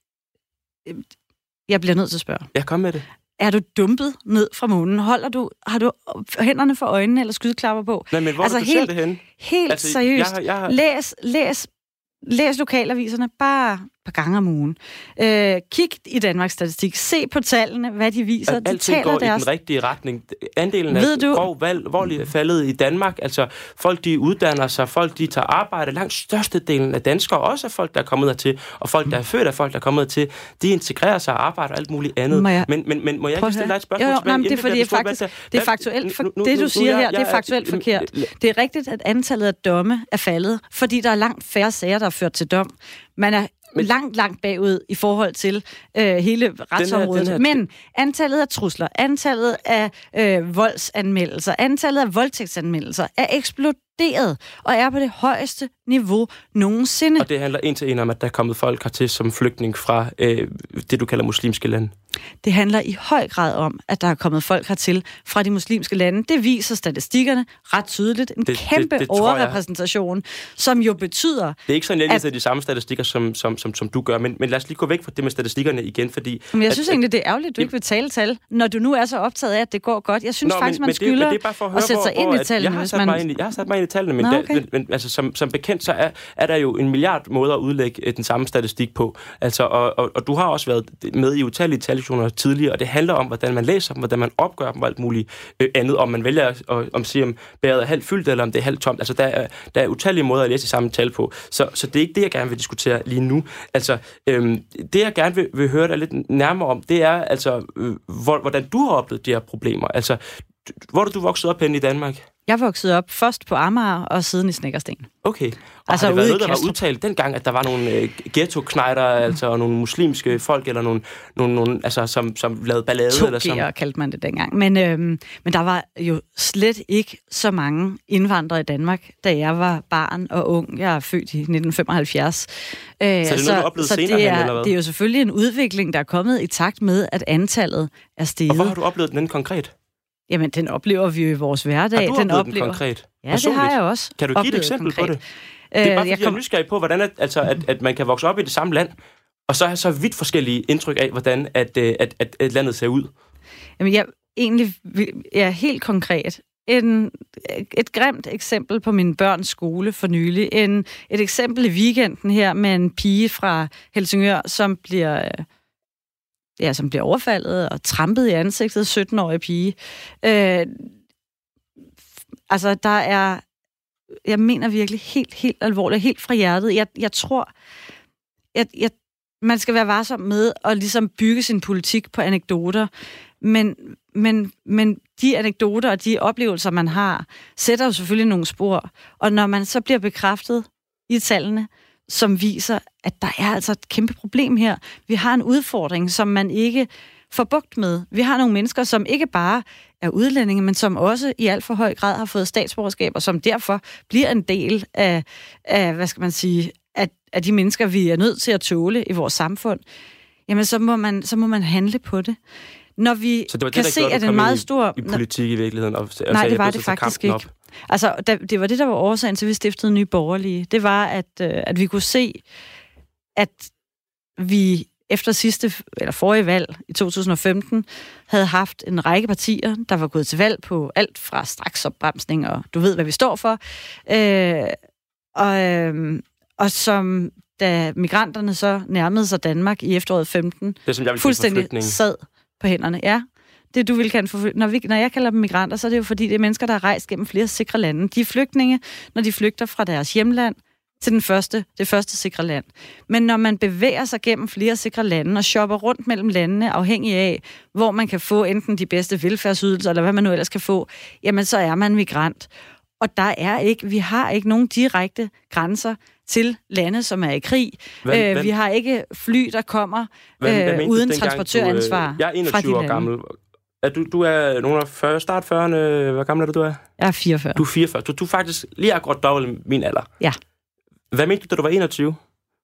Jeg bliver nødt til at spørge. Ja, kom med det. Er du dumpet ned fra månen? Holder du, har du hænderne for øjnene eller skydeklapper på? Nej, men hvor altså, du helt, ser det henne? Helt altså, seriøst. Jeg, jeg har... Læs, læs, læs lokalaviserne bare et par gange om ugen. Øh, kig i Danmarks Statistik. Se på tallene, hvad de viser. At alting går deres... i den rigtige retning. Andelen af grov vold er faldet i Danmark. Altså, folk de uddanner sig, folk de tager arbejde. Langt størstedelen af danskere, også af folk, der er kommet hertil, og folk, der er født af folk, der er kommet hertil, de integrerer sig og arbejder og alt muligt andet. Må jeg... Men, men, men må jeg ikke stille dig et spørgsmål? Jo, jo, nej, det er fordi, det, faktisk, det er faktuelt, for, nu, nu, det du siger nu, jeg, her, det er faktuelt jeg, forkert. Det er rigtigt, at antallet af domme er faldet, fordi der er langt færre sager, der er ført til dom. Man er Men, langt, langt bagud i forhold til øh, hele retsområdet. Her, her, Men antallet af trusler, antallet af øh, voldsanmeldelser, antallet af voldtægtsanmeldelser er eksploderet og er på det højeste niveau nogensinde. Og det handler en til en om, at der er kommet folk hertil som flygtning fra øh, det, du kalder muslimske lande. Det handler i høj grad om, at der er kommet folk hertil fra de muslimske lande. Det viser statistikkerne ret tydeligt. En det, kæmpe det, det, overrepræsentation, som jo betyder... Det er ikke sådan, at jeg læser de samme statistikker, som, som, som, som du gør, men, men lad os lige gå væk fra det med statistikkerne igen, fordi... Men jeg at, synes egentlig, det er ærgerligt, at du ikke vil tale tal, når du nu er så optaget af, at det går godt. Jeg synes Nå, faktisk, men, man skylder det, det at, at sætte sig hvor, ind hvor, i tallene. Jeg har, sat man... i, jeg har sat mig ind i tallene, men, Nå, okay. da, men, men altså, som, som bekendt, så er, er der jo en milliard måder at udlægge den samme statistik på. Altså, og, og, og du har også været med i utallige talsjoner tidligere, og det handler om, hvordan man læser dem, hvordan man opgør dem og alt muligt øh, andet, om man vælger at om sige, om bæret er halvt fyldt, eller om det er halvt tomt. Altså, der er, der er utallige måder at læse de samme tal på. Så, så det er ikke det, jeg gerne vil diskutere lige nu. Altså, øhm, det jeg gerne vil, vil høre dig lidt nærmere om, det er altså, øh, hvor, hvordan du har oplevet de her problemer. Altså, hvor er du vokset op henne i Danmark? Jeg voksede op først på Amager og siden i Snekkersten. Okay. Og altså har det været noget, der Kastrup. var udtalt dengang, at der var nogle øh, ghetto-knejder, mm. altså nogle muslimske folk, eller nogle, nogle, nogle altså, som, som lavede ballade? Eller som... to G'er kaldte man det dengang. Men, øhm, men der var jo slet ikke så mange indvandrere i Danmark, da jeg var barn og ung. Jeg er født i nitten femoghalvfjerds. Øh, så det er noget, du oplevede så senere det hen, er, eller hvad? det er jo selvfølgelig en udvikling, der er kommet i takt med, at antallet er steget. Og hvor har du oplevet den konkret? Jamen, den oplever vi jo i vores hverdag. Har du den oplevet oplever... den konkret? Ja, personligt? det har jeg også. Kan du give et eksempel konkret. på det? Det er bare, fordi jeg, kom... jeg er nysgerrig på, hvordan at, altså, at, at man kan vokse op i det samme land, og så have så vidt forskellige indtryk af, hvordan at, at, at, at landet ser ud. Jamen, jeg egentlig ja, helt konkret. En, et grimt eksempel på min børns skole for nylig. En, et eksempel i weekenden her med en pige fra Helsingør, som bliver... Ja, som bliver overfaldet og trampet i ansigtet, sytten-årige pige. Øh, altså, der er... Jeg mener virkelig helt, helt alvorligt, helt fra hjertet. Jeg, jeg tror, jeg, jeg, man skal være varsom med at ligesom bygge sin politik på anekdoter, men, men, men de anekdoter og de oplevelser, man har, sætter jo selvfølgelig nogle spor. Og når man så bliver bekræftet i tallene, som viser, at der er altså et kæmpe problem her. Vi har en udfordring, som man ikke får bugt med. Vi har nogle mennesker, som ikke bare er udlændinge, men som også i alt for høj grad har fået statsborgerskab, og som derfor bliver en del af, af hvad skal man sige, af, af de mennesker, vi er nødt til at tåle i vores samfund. Jamen, så må man, så må man handle på det. Når vi så det var det, kan der se, gjorde, at en meget stor... I, i politik i virkeligheden? Og, og nej, sagde, det var det faktisk ikke. Op. Altså, det var det, der var årsagen til, at vi stiftede Nye Borgerlige. Det var, at, at vi kunne se, at vi efter sidste, eller forrige valg i to tusind og femten, havde haft en række partier, der var gået til valg på alt fra straksopbremsning, og du ved, hvad vi står for. Øh, og, øh, og som, da migranterne så nærmede sig Danmark i efteråret femten, det, som jeg fuldstændig sad på hænderne. Ja, det du vil kalde for, når, vi, når jeg kalder dem migranter, så er det jo fordi, det er mennesker, der er rejst gennem flere sikre lande. De er flygtninge, når de flygter fra deres hjemland til den første, det første sikre land. Men når man bevæger sig gennem flere sikre lande og shopper rundt mellem landene, afhængig af, hvor man kan få enten de bedste velfærdsydelser, eller hvad man nu ellers kan få, jamen så er man migrant. Og der er ikke, vi har ikke nogen direkte grænser til lande, som er i krig. Hvad, øh, hvad, vi har ikke fly, der kommer hvad, øh, hvad uden transportøransvar. Du, jeg er enogtyve år gammel. Er du, du er nogen af fyrre, start fyrrerne. Hvor gammel er du, du er? Jeg er fireogfyrre. Du er fireogfyrre. Du, du er faktisk lige akkurat dobbelt min alder. Ja. Hvad mente du, da du var enogtyve?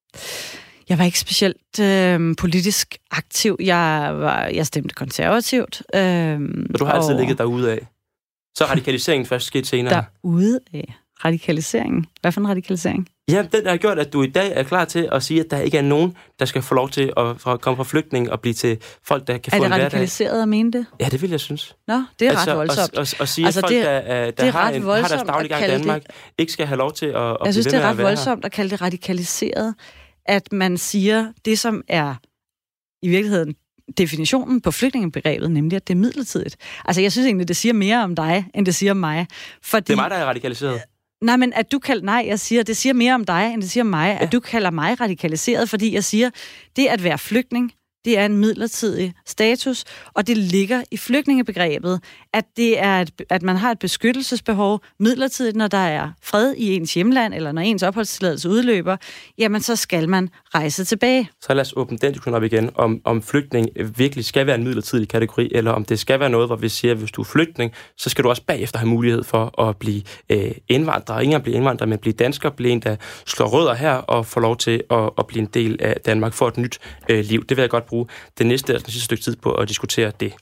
Jeg var ikke specielt øh, politisk aktiv. Jeg, var, jeg stemte konservativt. Øh, og du har altid ligget derude af? Så er radikaliseringen først sket senere? Derude af? Radikaliseringen? Hvad for en radikalisering? Ja, den der har gjort, at du i dag er klar til at sige, at der ikke er nogen, der skal få lov til at komme fra flygtning og blive til folk, der kan få en hverdag. Er det radikaliseret at mene det? Ja, det vil jeg synes. Nå, det er altså, ret voldsomt. Og, og, og sige, altså, at folk, det, der, der har, en, har deres dagliggang i Danmark, det, ikke skal have lov til at, at jeg synes, blive ved med at være her. Jeg synes, det er ret voldsomt at kalde det radikaliseret, at man siger det, som er i virkeligheden definitionen på flygtningebegrebet, nemlig at det er midlertidigt. Altså, jeg synes egentlig, det siger mere om dig, end det siger om mig. Fordi, det er mig, der er radikaliseret. Nej, men at du kalder, nej, jeg siger, det siger mere om dig, end det siger om mig, ja. At du kalder mig radikaliseret, fordi jeg siger, det at være flygtning, det er en midlertidig status, og det ligger i flygtningebegrebet, at, det er et, at man har et beskyttelsesbehov midlertidigt, når der er fred i ens hjemland, eller når ens opholdstilladelse udløber, jamen så skal man rejse tilbage. Så lad os åbne den diskussion op igen, om, om flygtning virkelig skal være en midlertidig kategori, eller om det skal være noget, hvor vi siger, at hvis du er flygtning, så skal du også bagefter have mulighed for at blive øh, indvandrer. Ingen at blive indvandrer, men blive dansker, blive en, der slår rødder her, og får lov til at, at blive en del af Danmark, for et nyt øh, liv. Det vil jeg godt bruge det næste, altså, sidste stykke tid på at diskutere det.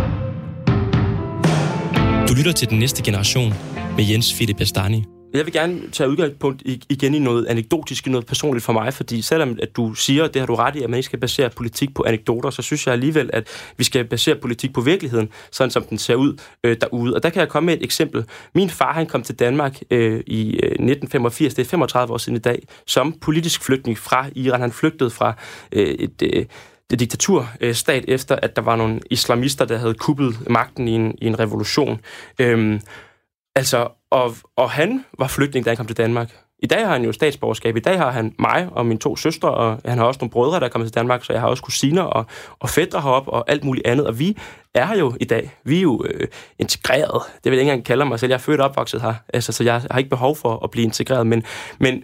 Du lytter til Den Næste Generation med Jens Philip Bastani. Jeg vil gerne tage udgangspunkt igen i noget anekdotisk, noget personligt for mig, fordi selvom at du siger, det har du ret i, at man ikke skal basere politik på anekdoter, så synes jeg alligevel, at vi skal basere politik på virkeligheden, sådan som den ser ud øh, derude. Og der kan jeg komme med et eksempel. Min far, han kom til Danmark øh, i øh, nitten femogfirs, det er femogtredive år siden i dag, som politisk flygtning fra Iran. Han flygtede fra øh, et... Øh, det diktaturstat, efter at der var nogle islamister, der havde kuppet magten i en, i en revolution. Øhm, altså, og, og han var flygtning, da han kom til Danmark. I dag har han jo statsborgerskab. I dag har han mig og mine to søstre, og han har også nogle brødre, der er kommet til Danmark, så jeg har også kusiner og, og fætre heroppe og alt muligt andet. Og vi er her jo i dag. Vi er jo øh, integreret. Det vil jeg ikke engang kalde mig selv. Jeg er født og opvokset her, altså, så jeg har ikke behov for at blive integreret. Men, men,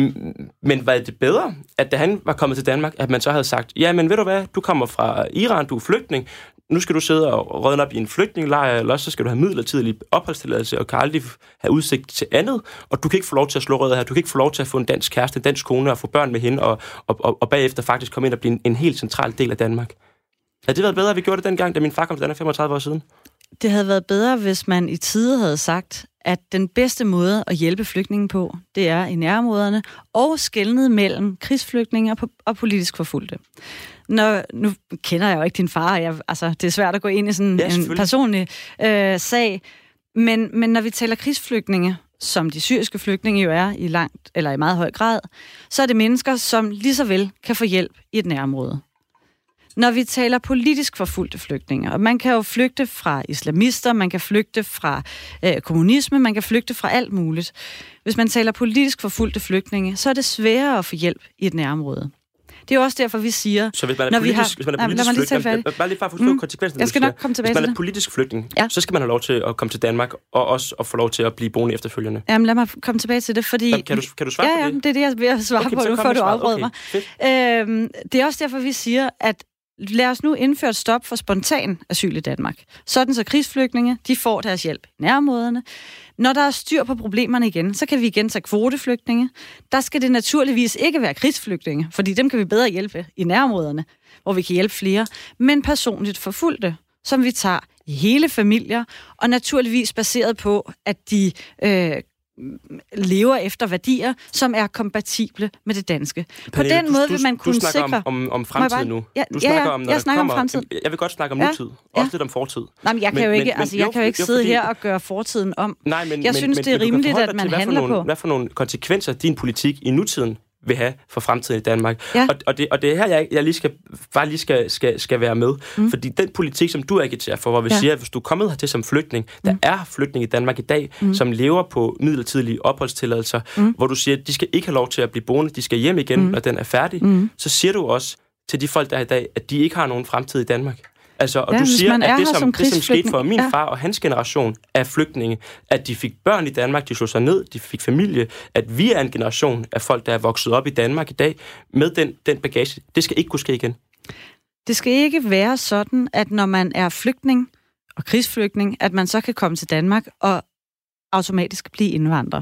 men var det bedre, at da han var kommet til Danmark, at man så havde sagt, ja, men ved du hvad, du kommer fra Iran, du er flygtning, nu skal du sidde og rådne op i en flygtningelejr, eller så skal du have midlertidig opholdstilladelse og kan aldrig have udsigt til andet, og du kan ikke få lov til at slå rødder her, du kan ikke få lov til at få en dansk kæreste, en dansk kone og få børn med hende, og, og, og, og bagefter faktisk komme ind og blive en, en helt central del af Danmark. Havde det været bedre, at vi gjorde det dengang, da min far kom til Danmark femogtredive år siden? Det havde været bedre, hvis man i tide havde sagt, at den bedste måde at hjælpe flygtninge på, det er i nærområderne, og skelnet mellem krigsflygtninge og, og politisk forfulgte. Når, nu kender jeg jo ikke din far, jeg, altså, det er svært at gå ind i sådan ja, en personlig øh, sag, men, men når vi taler krigsflygtninge, som de syriske flygtninge jo er i langt eller i meget høj grad, så er det mennesker, som lige så vel kan få hjælp i et nærområde. Når vi taler politisk forfulgte flygtninge, og man kan jo flygte fra islamister, man kan flygte fra øh, kommunisme, man kan flygte fra alt muligt. Hvis man taler politisk forfulgte flygtninge, så er det sværere at få hjælp i et nærområde. Det er jo også derfor, vi siger... Så hvis man er politisk, har, hvis man er politisk nej, flygtning... Bare lige for at forstå mm, konsekvensen, jeg skal nok komme tilbage til det. Hvis man er politisk flygtning, ja. så skal man have lov til at komme til Danmark, og også at få lov til at blive boende efterfølgende. Jamen, lad mig komme tilbage til det, fordi... Jamen, kan, du, kan du svare ja, på det? Ja, det er det, jeg vil svare okay, på nu, før du afbryder okay, mig. Øhm, det er også derfor, vi siger, at lad os nu indføre et stop for spontan asyl i Danmark. Sådan så krigsflygtninge, de får deres hjælp i nærområderne. Når der er styr på problemerne igen, så kan vi igen tage kvoteflygtninge. Der skal det naturligvis ikke være krigsflygtninge, fordi dem kan vi bedre hjælpe i nærområderne, hvor vi kan hjælpe flere, men personligt forfulgte, som vi tager i hele familier, og naturligvis baseret på, at de øh, lever efter værdier, som er kompatible med det danske. Pernille, på den du, måde du, vil man kunne sikre... Du snakker sikre... om, om, om fremtiden nu. Ja, du snakker ja, om, når jeg snakker kommer... om fremtiden. Jeg vil godt snakke om ja, nutid. Ja. Også lidt om fortid. Nej, men jeg kan men, jo ikke, men, altså, jo, jeg kan jo ikke jo, sidde fordi... her og gøre fortiden om. Nej, men, jeg men, synes, men, det er men, rimeligt, at man til, handler nogle, på. Hvad for nogle konsekvenser din politik i nutiden vil have for fremtiden i Danmark. Ja. Og, og, det, og det er her, jeg, jeg lige skal, bare lige skal, skal, skal være med. Mm. Fordi den politik, som du agiterer for, hvor vi ja. siger, at hvis du er kommet hertil som flygtning, der mm. er flygtning i Danmark i dag, mm. som lever på midlertidige opholdstilladelser, mm. hvor du siger, at de skal ikke have lov til at blive boende, de skal hjem igen, mm. når den er færdig, mm. så siger du også til de folk, der er i dag, at de ikke har nogen fremtid i Danmark. Altså, og ja, du siger, at det som, som det, som skete for min ja. far og hans generation af flygtninge, at de fik børn i Danmark, de slog sig ned, de fik familie, at vi er en generation af folk, der er vokset op i Danmark i dag, med den, den bagage. Det skal ikke kunne ske igen. Det skal ikke være sådan, at når man er flygtning og krigsflygtning, at man så kan komme til Danmark og automatisk blive indvandrer.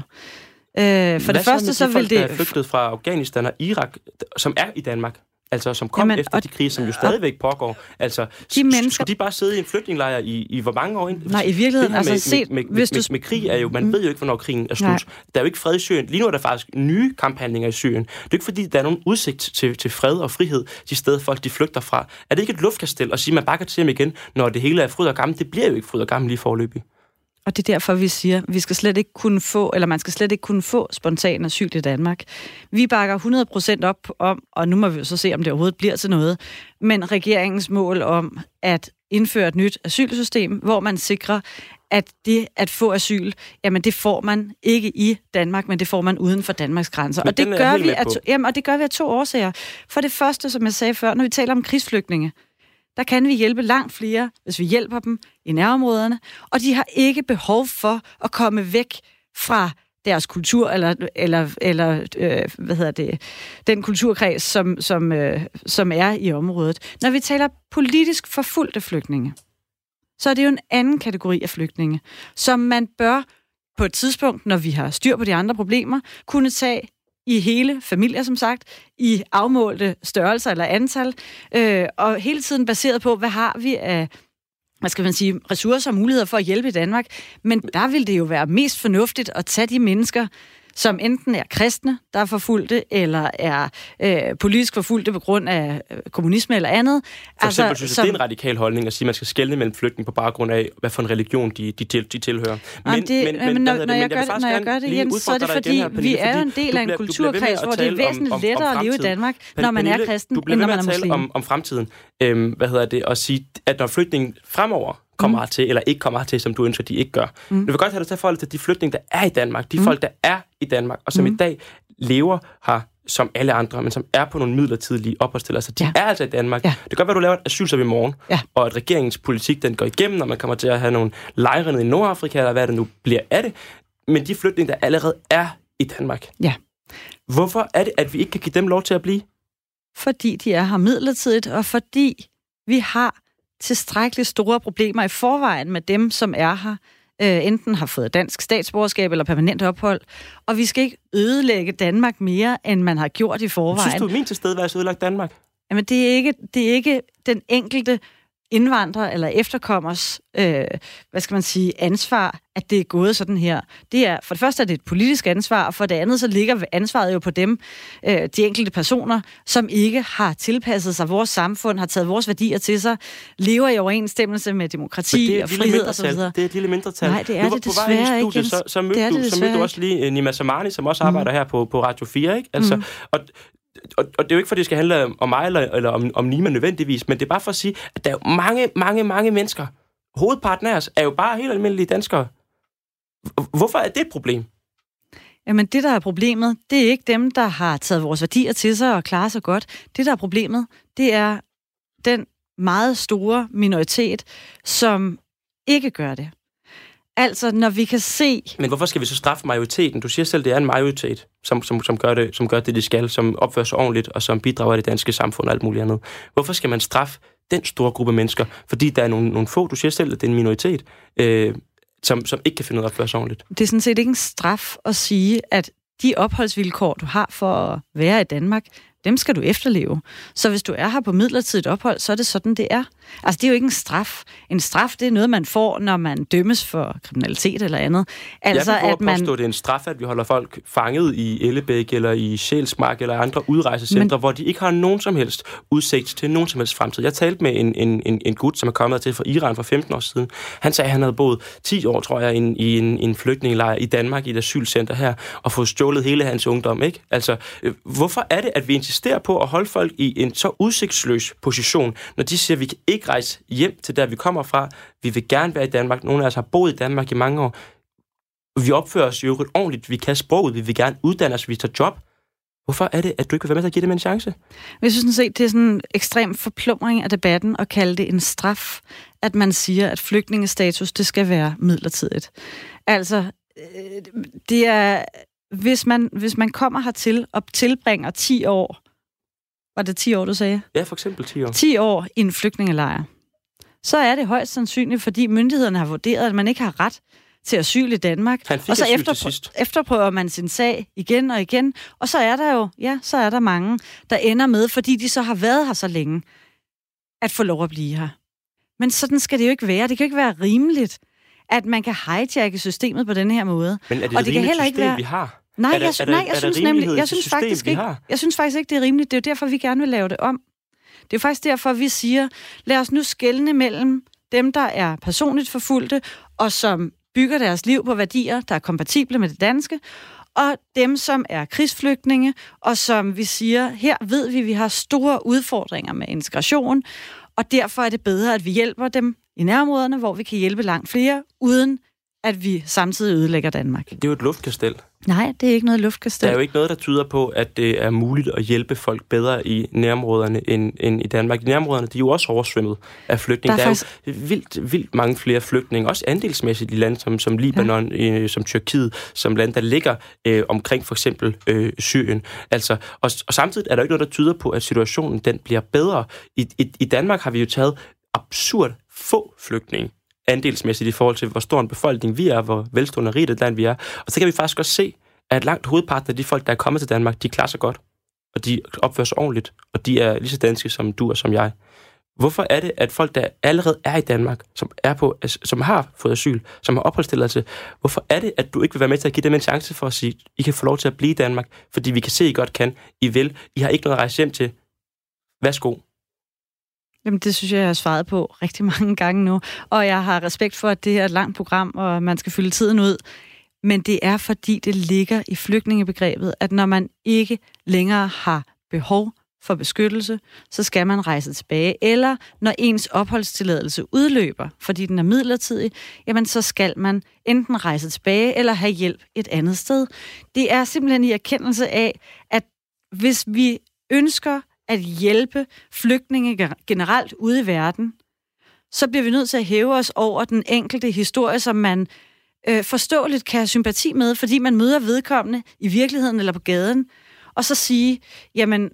Øh, for det første, så, så vil folk, det... der er flygtet fra Afghanistan og Irak, som er i Danmark? Altså, som kom Jamen, efter de krige, som jo stadigvæk pågår. Altså, de mennesker... skulle de bare sidde i en flygtningelejr i, i hvor mange år? Nej, i virkeligheden, altså med, set... Med, med, hvis med, du... med, med krig er jo, man mm. ved jo ikke, hvornår krigen er slut. Nej. Der er jo ikke fred i Syrien. Lige nu er der faktisk nye kamphandlinger i Syrien. Det er ikke fordi, der er nogen udsigt til, til fred og frihed, de steder folk, de flygter fra. Er det ikke et luftkastel at sige, at man bare kan til dem igen, når det hele er fryd og gammel? Det bliver jo ikke fryd og gammel lige forløbig. Og det er derfor, vi siger, at vi skal slet ikke kunne få, eller man skal slet ikke kunne få spontan asyl i Danmark. Vi bakker hundrede procent op om, og nu må vi jo så se, om det overhovedet bliver til noget, men regeringens mål om at indføre et nyt asylsystem, hvor man sikrer, at det at få asyl, jamen det får man ikke i Danmark, men det får man uden for Danmarks grænser. Og det, gør vi at, jamen, og det gør vi af to årsager. For det første, som jeg sagde før, når vi taler om krigsflygtninge, der kan vi hjælpe langt flere, hvis vi hjælper dem i nærområderne, og de har ikke behov for at komme væk fra deres kultur, eller, eller, eller øh, hvad hedder det, den kulturkreds, som, som, øh, som er i området. Når vi taler politisk forfulgte flygtninge, så er det jo en anden kategori af flygtninge, som man bør på et tidspunkt, når vi har styr på de andre problemer, kunne tage i hele familier, som sagt, i afmålte størrelser eller antal, øh, og hele tiden baseret på, hvad har vi af, hvad skal man sige, ressourcer og muligheder for at hjælpe i Danmark. Men der vil det jo være mest fornuftigt at tage de mennesker, som enten er kristne, der er forfulgte, eller er øh, politisk forfulgte på grund af øh, kommunisme eller andet. For eksempel altså, synes jeg, som... det er en radikal holdning at sige, at man skal skelne mellem flygtninge på baggrund af, hvad for en religion de, de, til, de tilhører. Men, det, men, men, men når, når, jeg, gør, når jeg gør det, Jens, så er det fordi, her, Pernille, vi er jo en del af en kulturkreds, hvor det er væsentligt om, om, lettere om at leve i Danmark, når man er kristen, end når man er muslim. Om, om fremtiden, øhm, hvad hedder det, og sige, at når flygtningen fremover kommer Mm. hertil, eller ikke kommer hertil, som du ønsker, de ikke gør. Mm. Men jeg vil godt have dig til at forholde til de flygtninge, der er i Danmark. De Mm. folk, der er i Danmark, og som Mm. i dag lever her som alle andre, men som er på nogle midlertidige opholdstilladelser. De Ja. er altså i Danmark. Ja. Det kan godt være, du laver et asylsop i morgen, Ja. og at regeringens politik, den går igennem, og man kommer til at have nogle lejre nede i Nordafrika, eller hvad det nu bliver af det. Men de flygtninge, der allerede er i Danmark. Ja. Hvorfor er det, at vi ikke kan give dem lov til at blive? Fordi de er her midlertidigt, og fordi vi har tilstrækkeligt store problemer i forvejen med dem, som er her, øh, enten har fået dansk statsborgerskab eller permanent ophold, og vi skal ikke ødelægge Danmark mere, end man har gjort i forvejen. Synes du, at min tilstedeværelse ødelagt Danmark? Jamen, det er ikke, det er ikke den enkelte indvandrer eller efterkommers, øh, hvad skal man sige, ansvar, at det er gået sådan her. Det er, for det første er det et politisk ansvar, og for det andet så ligger ansvaret jo på dem, øh, de enkelte personer, som ikke har tilpasset sig vores samfund, har taget vores værdier til sig, lever i overensstemmelse med demokrati og frihed og så videre. Det er et lille mindretal. Nej, det er nu, det på vej ind i desværre studiet, ikke, Så, så mødte det er du, det så mødte du desværre også lige Nima Samani, som også arbejder Mm. her på, på Radio fire, ikke? Altså, Mm. og, og, og det er jo ikke, fordi det skal handle om mig eller, eller om, om Nima nødvendigvis, men det er bare for at sige, at der er jo mange, mange, mange mennesker. Hovedparten af os er jo bare helt almindelige danskere. Hvorfor er det et problem? Jamen, det, der er problemet, det er ikke dem, der har taget vores værdier til sig og klarer sig godt. Det, der er problemet, det er den meget store minoritet, som ikke gør det. Altså, når vi kan se... Men hvorfor skal vi så straffe majoriteten? Du siger selv, det er en majoritet, som, som, som, gør, det, som gør det, de skal, som opfører sig ordentligt, og som bidrager i det danske samfund og alt muligt andet. Hvorfor skal man straffe den store gruppe mennesker? Fordi der er nogle, nogle få, du siger selv, at det er en minoritet, øh, som, som ikke kan finde ud af at opføre sig ordentligt. Det er sådan set ikke en straf at sige, at de opholdsvilkår, du har for at være i Danmark, dem skal du efterleve. Så hvis du er her på midlertidigt ophold, så er det sådan, det er. Altså, det er jo ikke en straf. En straf, det er noget, man får, når man dømmes for kriminalitet eller andet. Altså, jeg vil at man... påstå, at det er en straf, at vi holder folk fanget i Ellebæk eller i Sjælsmark eller andre udrejsecentre, Men... hvor de ikke har nogen som helst udsigt til nogen som helst fremtid. Jeg talte med en, en, en, en gut, som er kommet til fra Iran for femten år siden. Han sagde, at han havde boet ti år, tror jeg, in, i en, en flygtningelejr i Danmark, i et asylcenter her, og fået stjålet hele hans ungdom, ikke? Altså, hvorfor er det, at vi insisterer på at holde folk i en så udsigtsløs position, når de siger, at vi kan ikke rejse hjem til der, vi kommer fra. Vi vil gerne være i Danmark. Nogle af os har boet i Danmark i mange år. Vi opfører os jo ordentligt. Vi kan sproget. Vi vil gerne uddanne os. Vi tager job. Hvorfor er det, at du ikke vil være med til at give dem en chance? Jeg synes sådan set, det er sådan en ekstrem forplumring af debatten at kalde det en straf, at man siger, at flygtningestatus, det skal være midlertidigt. Altså, det er, hvis man, hvis man kommer hertil og tilbringer ti år, var det ti år, du sagde? Ja, for eksempel ti år. ti år i en flygtningelejr. Så er det højst sandsynligt, fordi myndighederne har vurderet, at man ikke har ret til asyl i Danmark. Og så efterpr- efterprøver man sin sag igen og igen. Og så er der jo, ja, så er der mange, der ender med, fordi de så har været her så længe, at få lov at blive her. Men sådan skal det jo ikke være. Det kan jo ikke være rimeligt, at man kan hijacke systemet på den her måde. Men er det og et det kan heller system, ikke være... vi har? Nej, er der, jeg, er der, nej, jeg er synes der nemlig, jeg synes system, faktisk ikke, jeg synes faktisk ikke, det er rimeligt. Det er jo derfor, vi gerne vil lave det om. Det er faktisk derfor, vi siger, lad os nu skelne mellem dem, der er personligt forfulgte, og som bygger deres liv på værdier, der er kompatible med det danske, og dem, som er krigsflygtninge, og som vi siger, her ved vi, at vi har store udfordringer med integration, og derfor er det bedre, at vi hjælper dem i nærområderne, hvor vi kan hjælpe langt flere, uden at vi samtidig ødelægger Danmark. Det er jo et luftkastel. Nej, det er ikke noget luftkastel. Der er jo ikke noget, der tyder på, at det er muligt at hjælpe folk bedre i nærområderne end, end i Danmark. I nærområderne, de er jo også oversvømmet af flygtninge. Der er, der er faktisk... jo vildt, vildt mange flere flygtninge, også andelsmæssigt i lande som, som Libanon, ja. øh, som Tyrkiet, som lande, der ligger øh, omkring for eksempel øh, Syrien. Altså, og, og samtidig er der ikke noget, der tyder på, at situationen den bliver bedre. I, i, i Danmark har vi jo taget absurd få flygtninge andelsmæssigt i forhold til, hvor stor en befolkning vi er, hvor velstående og rigt et land vi er. Og så kan vi faktisk også se, at langt hovedparten af de folk, der er kommet til Danmark, de klarer sig godt, og de opfører sig ordentligt, og de er lige så danske som du og som jeg. Hvorfor er det, at folk, der allerede er i Danmark, som, er på, som har fået asyl, som har opholdstilladelse, hvorfor er det, at du ikke vil være med til at give dem en chance for at sige, I kan få lov til at blive i Danmark, fordi vi kan se, I godt kan, I vil, I har ikke noget at rejse hjem til. Værsgo. Jamen, det synes jeg, jeg har svaret på rigtig mange gange nu. Og jeg har respekt for, at det er et langt program, og man skal fylde tiden ud. Men det er, fordi det ligger i flygtningebegrebet, at når man ikke længere har behov for beskyttelse, så skal man rejse tilbage. Eller når ens opholdstilladelse udløber, fordi den er midlertidig, jamen så skal man enten rejse tilbage eller have hjælp et andet sted. Det er simpelthen i erkendelse af, at hvis vi ønsker at hjælpe flygtninge generelt ude i verden, så bliver vi nødt til at hæve os over den enkelte historie, som man øh, forståeligt kan have sympati med, fordi man møder vedkommende i virkeligheden eller på gaden, og så sige, jamen,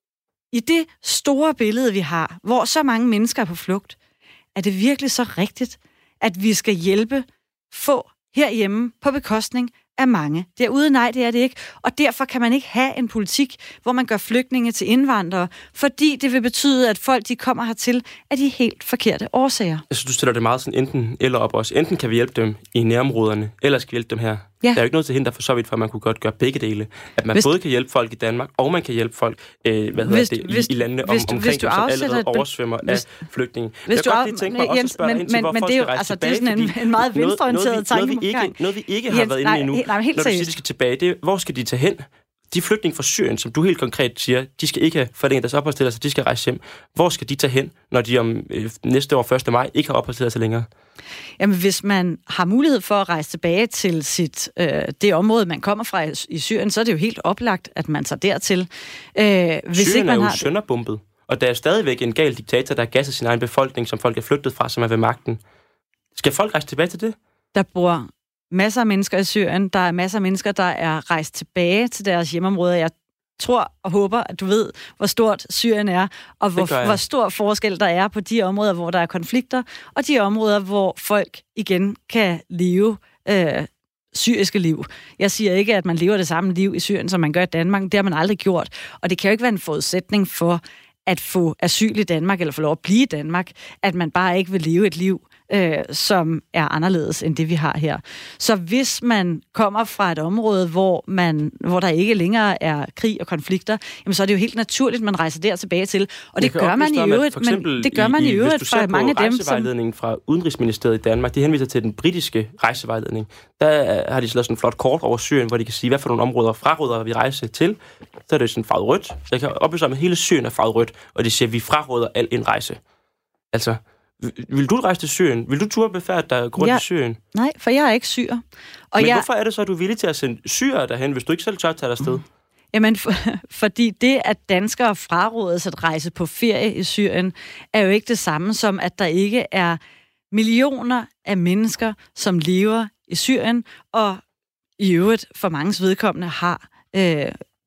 i det store billede, vi har, hvor så mange mennesker er på flugt, er det virkelig så rigtigt, at vi skal hjælpe få herhjemme på bekostning af mange derude? Nej, det er det ikke. Og derfor kan man ikke have en politik, hvor man gør flygtninge til indvandrere, fordi det vil betyde, at folk de kommer hertil af de helt forkerte årsager. Jeg synes, du stiller det meget sådan enten eller op også. Enten kan vi hjælpe dem i nærområderne, eller skal vi hjælpe dem her. Ja. Der er jo ikke noget til hinder for så vidt, for at man kunne godt gøre begge dele. At man hvis, både kan hjælpe folk i Danmark, og man kan hjælpe folk øh, hvad hvis, det, hvis, i, i landene hvis, om, omkring dem, som allerede oversvømmer hvis, af flygtninge. Hvis jeg du kan af, godt lige tænke mig Jens, også at spørge men, ind til, men, hvorfor men det er jo, skal rejse altså, tilbage, det er sådan en, en meget venstreorienteret tankegang. Noget vi ikke har Jens, været inde i nu, nej, nej, når du siger, de skal tilbage, det er, hvor skal de tage hen? De flygtninge fra Syrien, som du helt konkret siger, de skal ikke have forlænget deres opholdstilladelse, de skal rejse hjem. Hvor skal de tage hen, når de om øh, næste år, første maj, ikke har opholdstilladelse længere? Jamen, hvis man har mulighed for at rejse tilbage til sit, øh, det område, man kommer fra i, i Syrien, så er det jo helt oplagt, at man tager dertil. Øh, hvis Syrien ikke man er jo har sønderbumpet, og der er stadigvæk en gal diktator, der har gasset sin egen befolkning, som folk er flygtet fra, som er ved magten. Skal folk rejse tilbage til det? Der bor masser af mennesker i Syrien. Der er masser af mennesker, der er rejst tilbage til deres hjemområder. Jeg tror og håber, at du ved, hvor stort Syrien er, og hvor, hvor stor forskel der er på de områder, hvor der er konflikter, og de områder, hvor folk igen kan leve øh, syriske liv. Jeg siger ikke, at man lever det samme liv i Syrien, som man gør i Danmark. Det har man aldrig gjort. Og det kan jo ikke være en forudsætning for at få asyl i Danmark, eller få lov at blive i Danmark, at man bare ikke vil leve et liv, øh, som er anderledes end det, vi har her. Så hvis man kommer fra et område, hvor, man, hvor der ikke længere er krig og konflikter, jamen, så er det jo helt naturligt, man rejser der tilbage til. Og det gør man i øvrigt, men det gør man i øvrigt for mange af dem, som... rejsevejledningen fra Udenrigsministeriet i Danmark, de henviser til den britiske rejsevejledning. Der har de slået sådan en flot kort over Syrien, hvor de kan sige, hvad for nogle områder fraråder vi rejse til. Så er det sådan farvet rødt. Så jeg kan oplyse om, at hele Syrien er farvet rødt, og de siger, at vi fraråder al indrejse. Altså, vil du rejse til Syrien? Vil du turde befærde dig grund ja. i Syrien? Nej, for jeg er ikke syrer. Og Men jeg... hvorfor er det så, at du er villig til at sende syrer derhen, hvis du ikke selv tør tage dig afsted? Mm. Jamen, for, fordi det, at danskere frarådes at rejse på ferie i Syrien, er jo ikke det samme som, at der ikke er millioner af mennesker, som lever i Syrien, og i øvrigt for manges vedkommende har øh,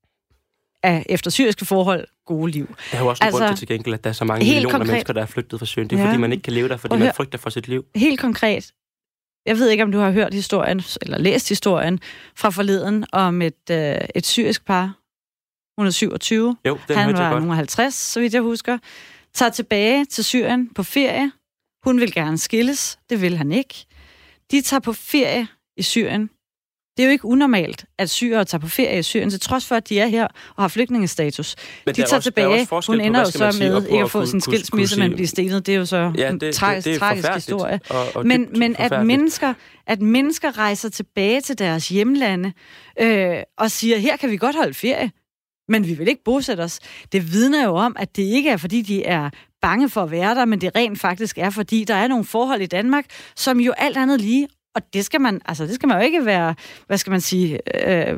af, efter syriske forhold gode liv. Der er jo også en altså, grund til til gengæld, at der er så mange millioner konkret, mennesker, der er flygtet fra Syrien. Det er ja, fordi, man ikke kan leve der, fordi man frygter for sit liv. Helt konkret. Jeg ved ikke, om du har hørt historien, eller læst historien fra forleden om et, øh, et syrisk par. Hun er syvogtyve. Jo, den Han var godt. nogle halvtreds, så vidt jeg husker. Tager tilbage til Syrien på ferie. Hun vil gerne skilles. Det vil han ikke. De tager på ferie i Syrien. Det er jo ikke unormalt, at syrere tager på ferie i Syrien, til trods for, at de er her og har flygtningestatus. De tager også, tilbage. Hun ender jo så med ikke at få sin skilsmisse, men blive stenet. Det er jo så ja, det, en tra- det, det tragisk historie. Og, og men dybt, men at, mennesker, at mennesker rejser tilbage til deres hjemlande øh, og siger, her kan vi godt holde ferie, men vi vil ikke bosætte os. Det vidner jo om, at det ikke er, fordi de er bange for at være der, men det rent faktisk er, fordi der er nogle forhold i Danmark, som jo alt andet lige. Og det skal man, altså det skal man jo ikke være, hvad skal man sige, øh,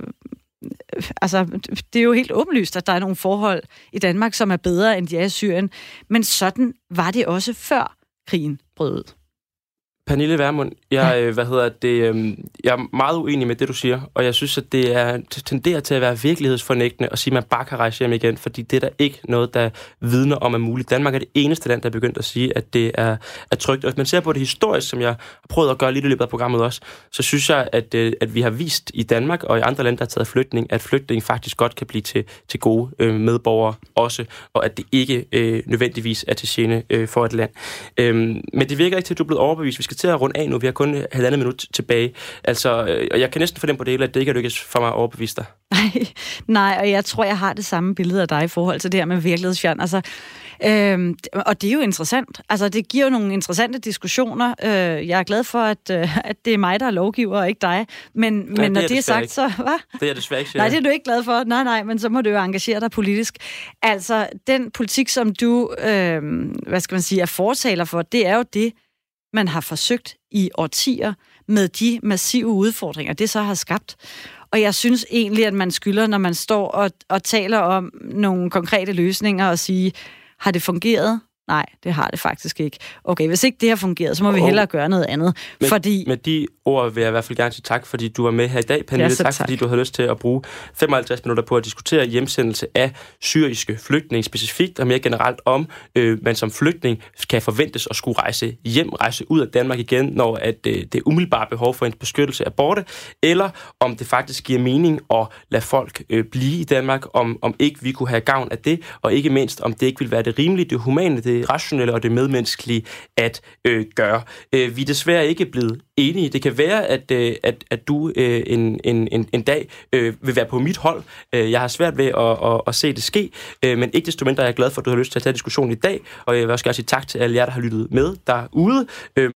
altså det er jo helt åbenlyst, at der er nogle forhold i Danmark, som er bedre, end de er i Syrien. Men sådan var det også før krigen brød ud. Pernille Vermund, jeg, ja. hvad hedder det, jeg er meget uenig med det, du siger, og jeg synes, at det er tenderer til at være virkelighedsfornægtende at sige, at man bare kan rejse hjem igen, fordi det er der ikke noget, der vidner om er muligt. Danmark er det eneste land, der er begyndt at sige, at det er, er trygt. Og hvis man ser på det historisk, som jeg har prøvet at gøre lidt i løbet af programmet også, så synes jeg, at, at vi har vist i Danmark og i andre lande, der har taget flygtning, at flygtning faktisk godt kan blive til, til gode øh, medborgere også, og at det ikke øh, nødvendigvis er til gene øh, for et land. Øh, men det virker ikke til, at du er blevet overbevist. Vi skal skal til at runde af nu. Vi har kun halvandet minut tilbage. Altså, og jeg kan næsten fornemme på det hele, at det ikke er lykkes for mig at overbevise dig. Nej, nej, og jeg tror, jeg har det samme billede af dig i forhold til det her med virkelighedsfjern. Altså, øhm, og det er jo interessant. Altså, det giver jo nogle interessante diskussioner. Øh, jeg er glad for, at, øh, at det er mig, der er lovgiver, og ikke dig. Men, nej, men det når er det er sagt, ikke. så... Hvad? Det er desværre ikke. Nej, det er du ikke glad for. Nej, nej, men så må du jo engagere dig politisk. Altså, den politik, som du, øh, hvad skal man sige, er fortaler for, det er jo det, man har forsøgt i årtier med de massive udfordringer, det så har skabt. Og jeg synes egentlig, at man skylder, når man står og, og taler om nogle konkrete løsninger, og sige, har det fungeret? Nej, det har det faktisk ikke. Okay, hvis ikke det har fungeret, så må vi oh. hellere gøre noget andet. Med, fordi... med de ord vil jeg i hvert fald gerne sige tak, fordi du var med her i dag, Pernille. Ja, tak, tak, fordi du havde lyst til at bruge femoghalvtreds minutter på at diskutere hjemsendelse af syriske flygtninge specifikt, og mere generelt om, øh, man som flygtning kan forventes at skulle rejse hjem, rejse ud af Danmark igen, når at, øh, det umiddelbare behov for en beskyttelse er borte, eller om det faktisk giver mening at lade folk øh, blive i Danmark, om, om ikke vi kunne have gavn af det, og ikke mindst, om det ikke vil være det rimelige, det humane, det rationelle og det medmenneskelige at øh, gøre. Øh, vi er desværre ikke blevet enige. Det kan være, at, øh, at, at du øh, en, en, en dag øh, vil være på mit hold. Øh, jeg har svært ved at, at, at se det ske, øh, men ikke desto mindre er jeg glad for, at du har lyst til at tage diskussionen i dag, og jeg vil også gerne sige tak til alle jer, der har lyttet med derude. Øh,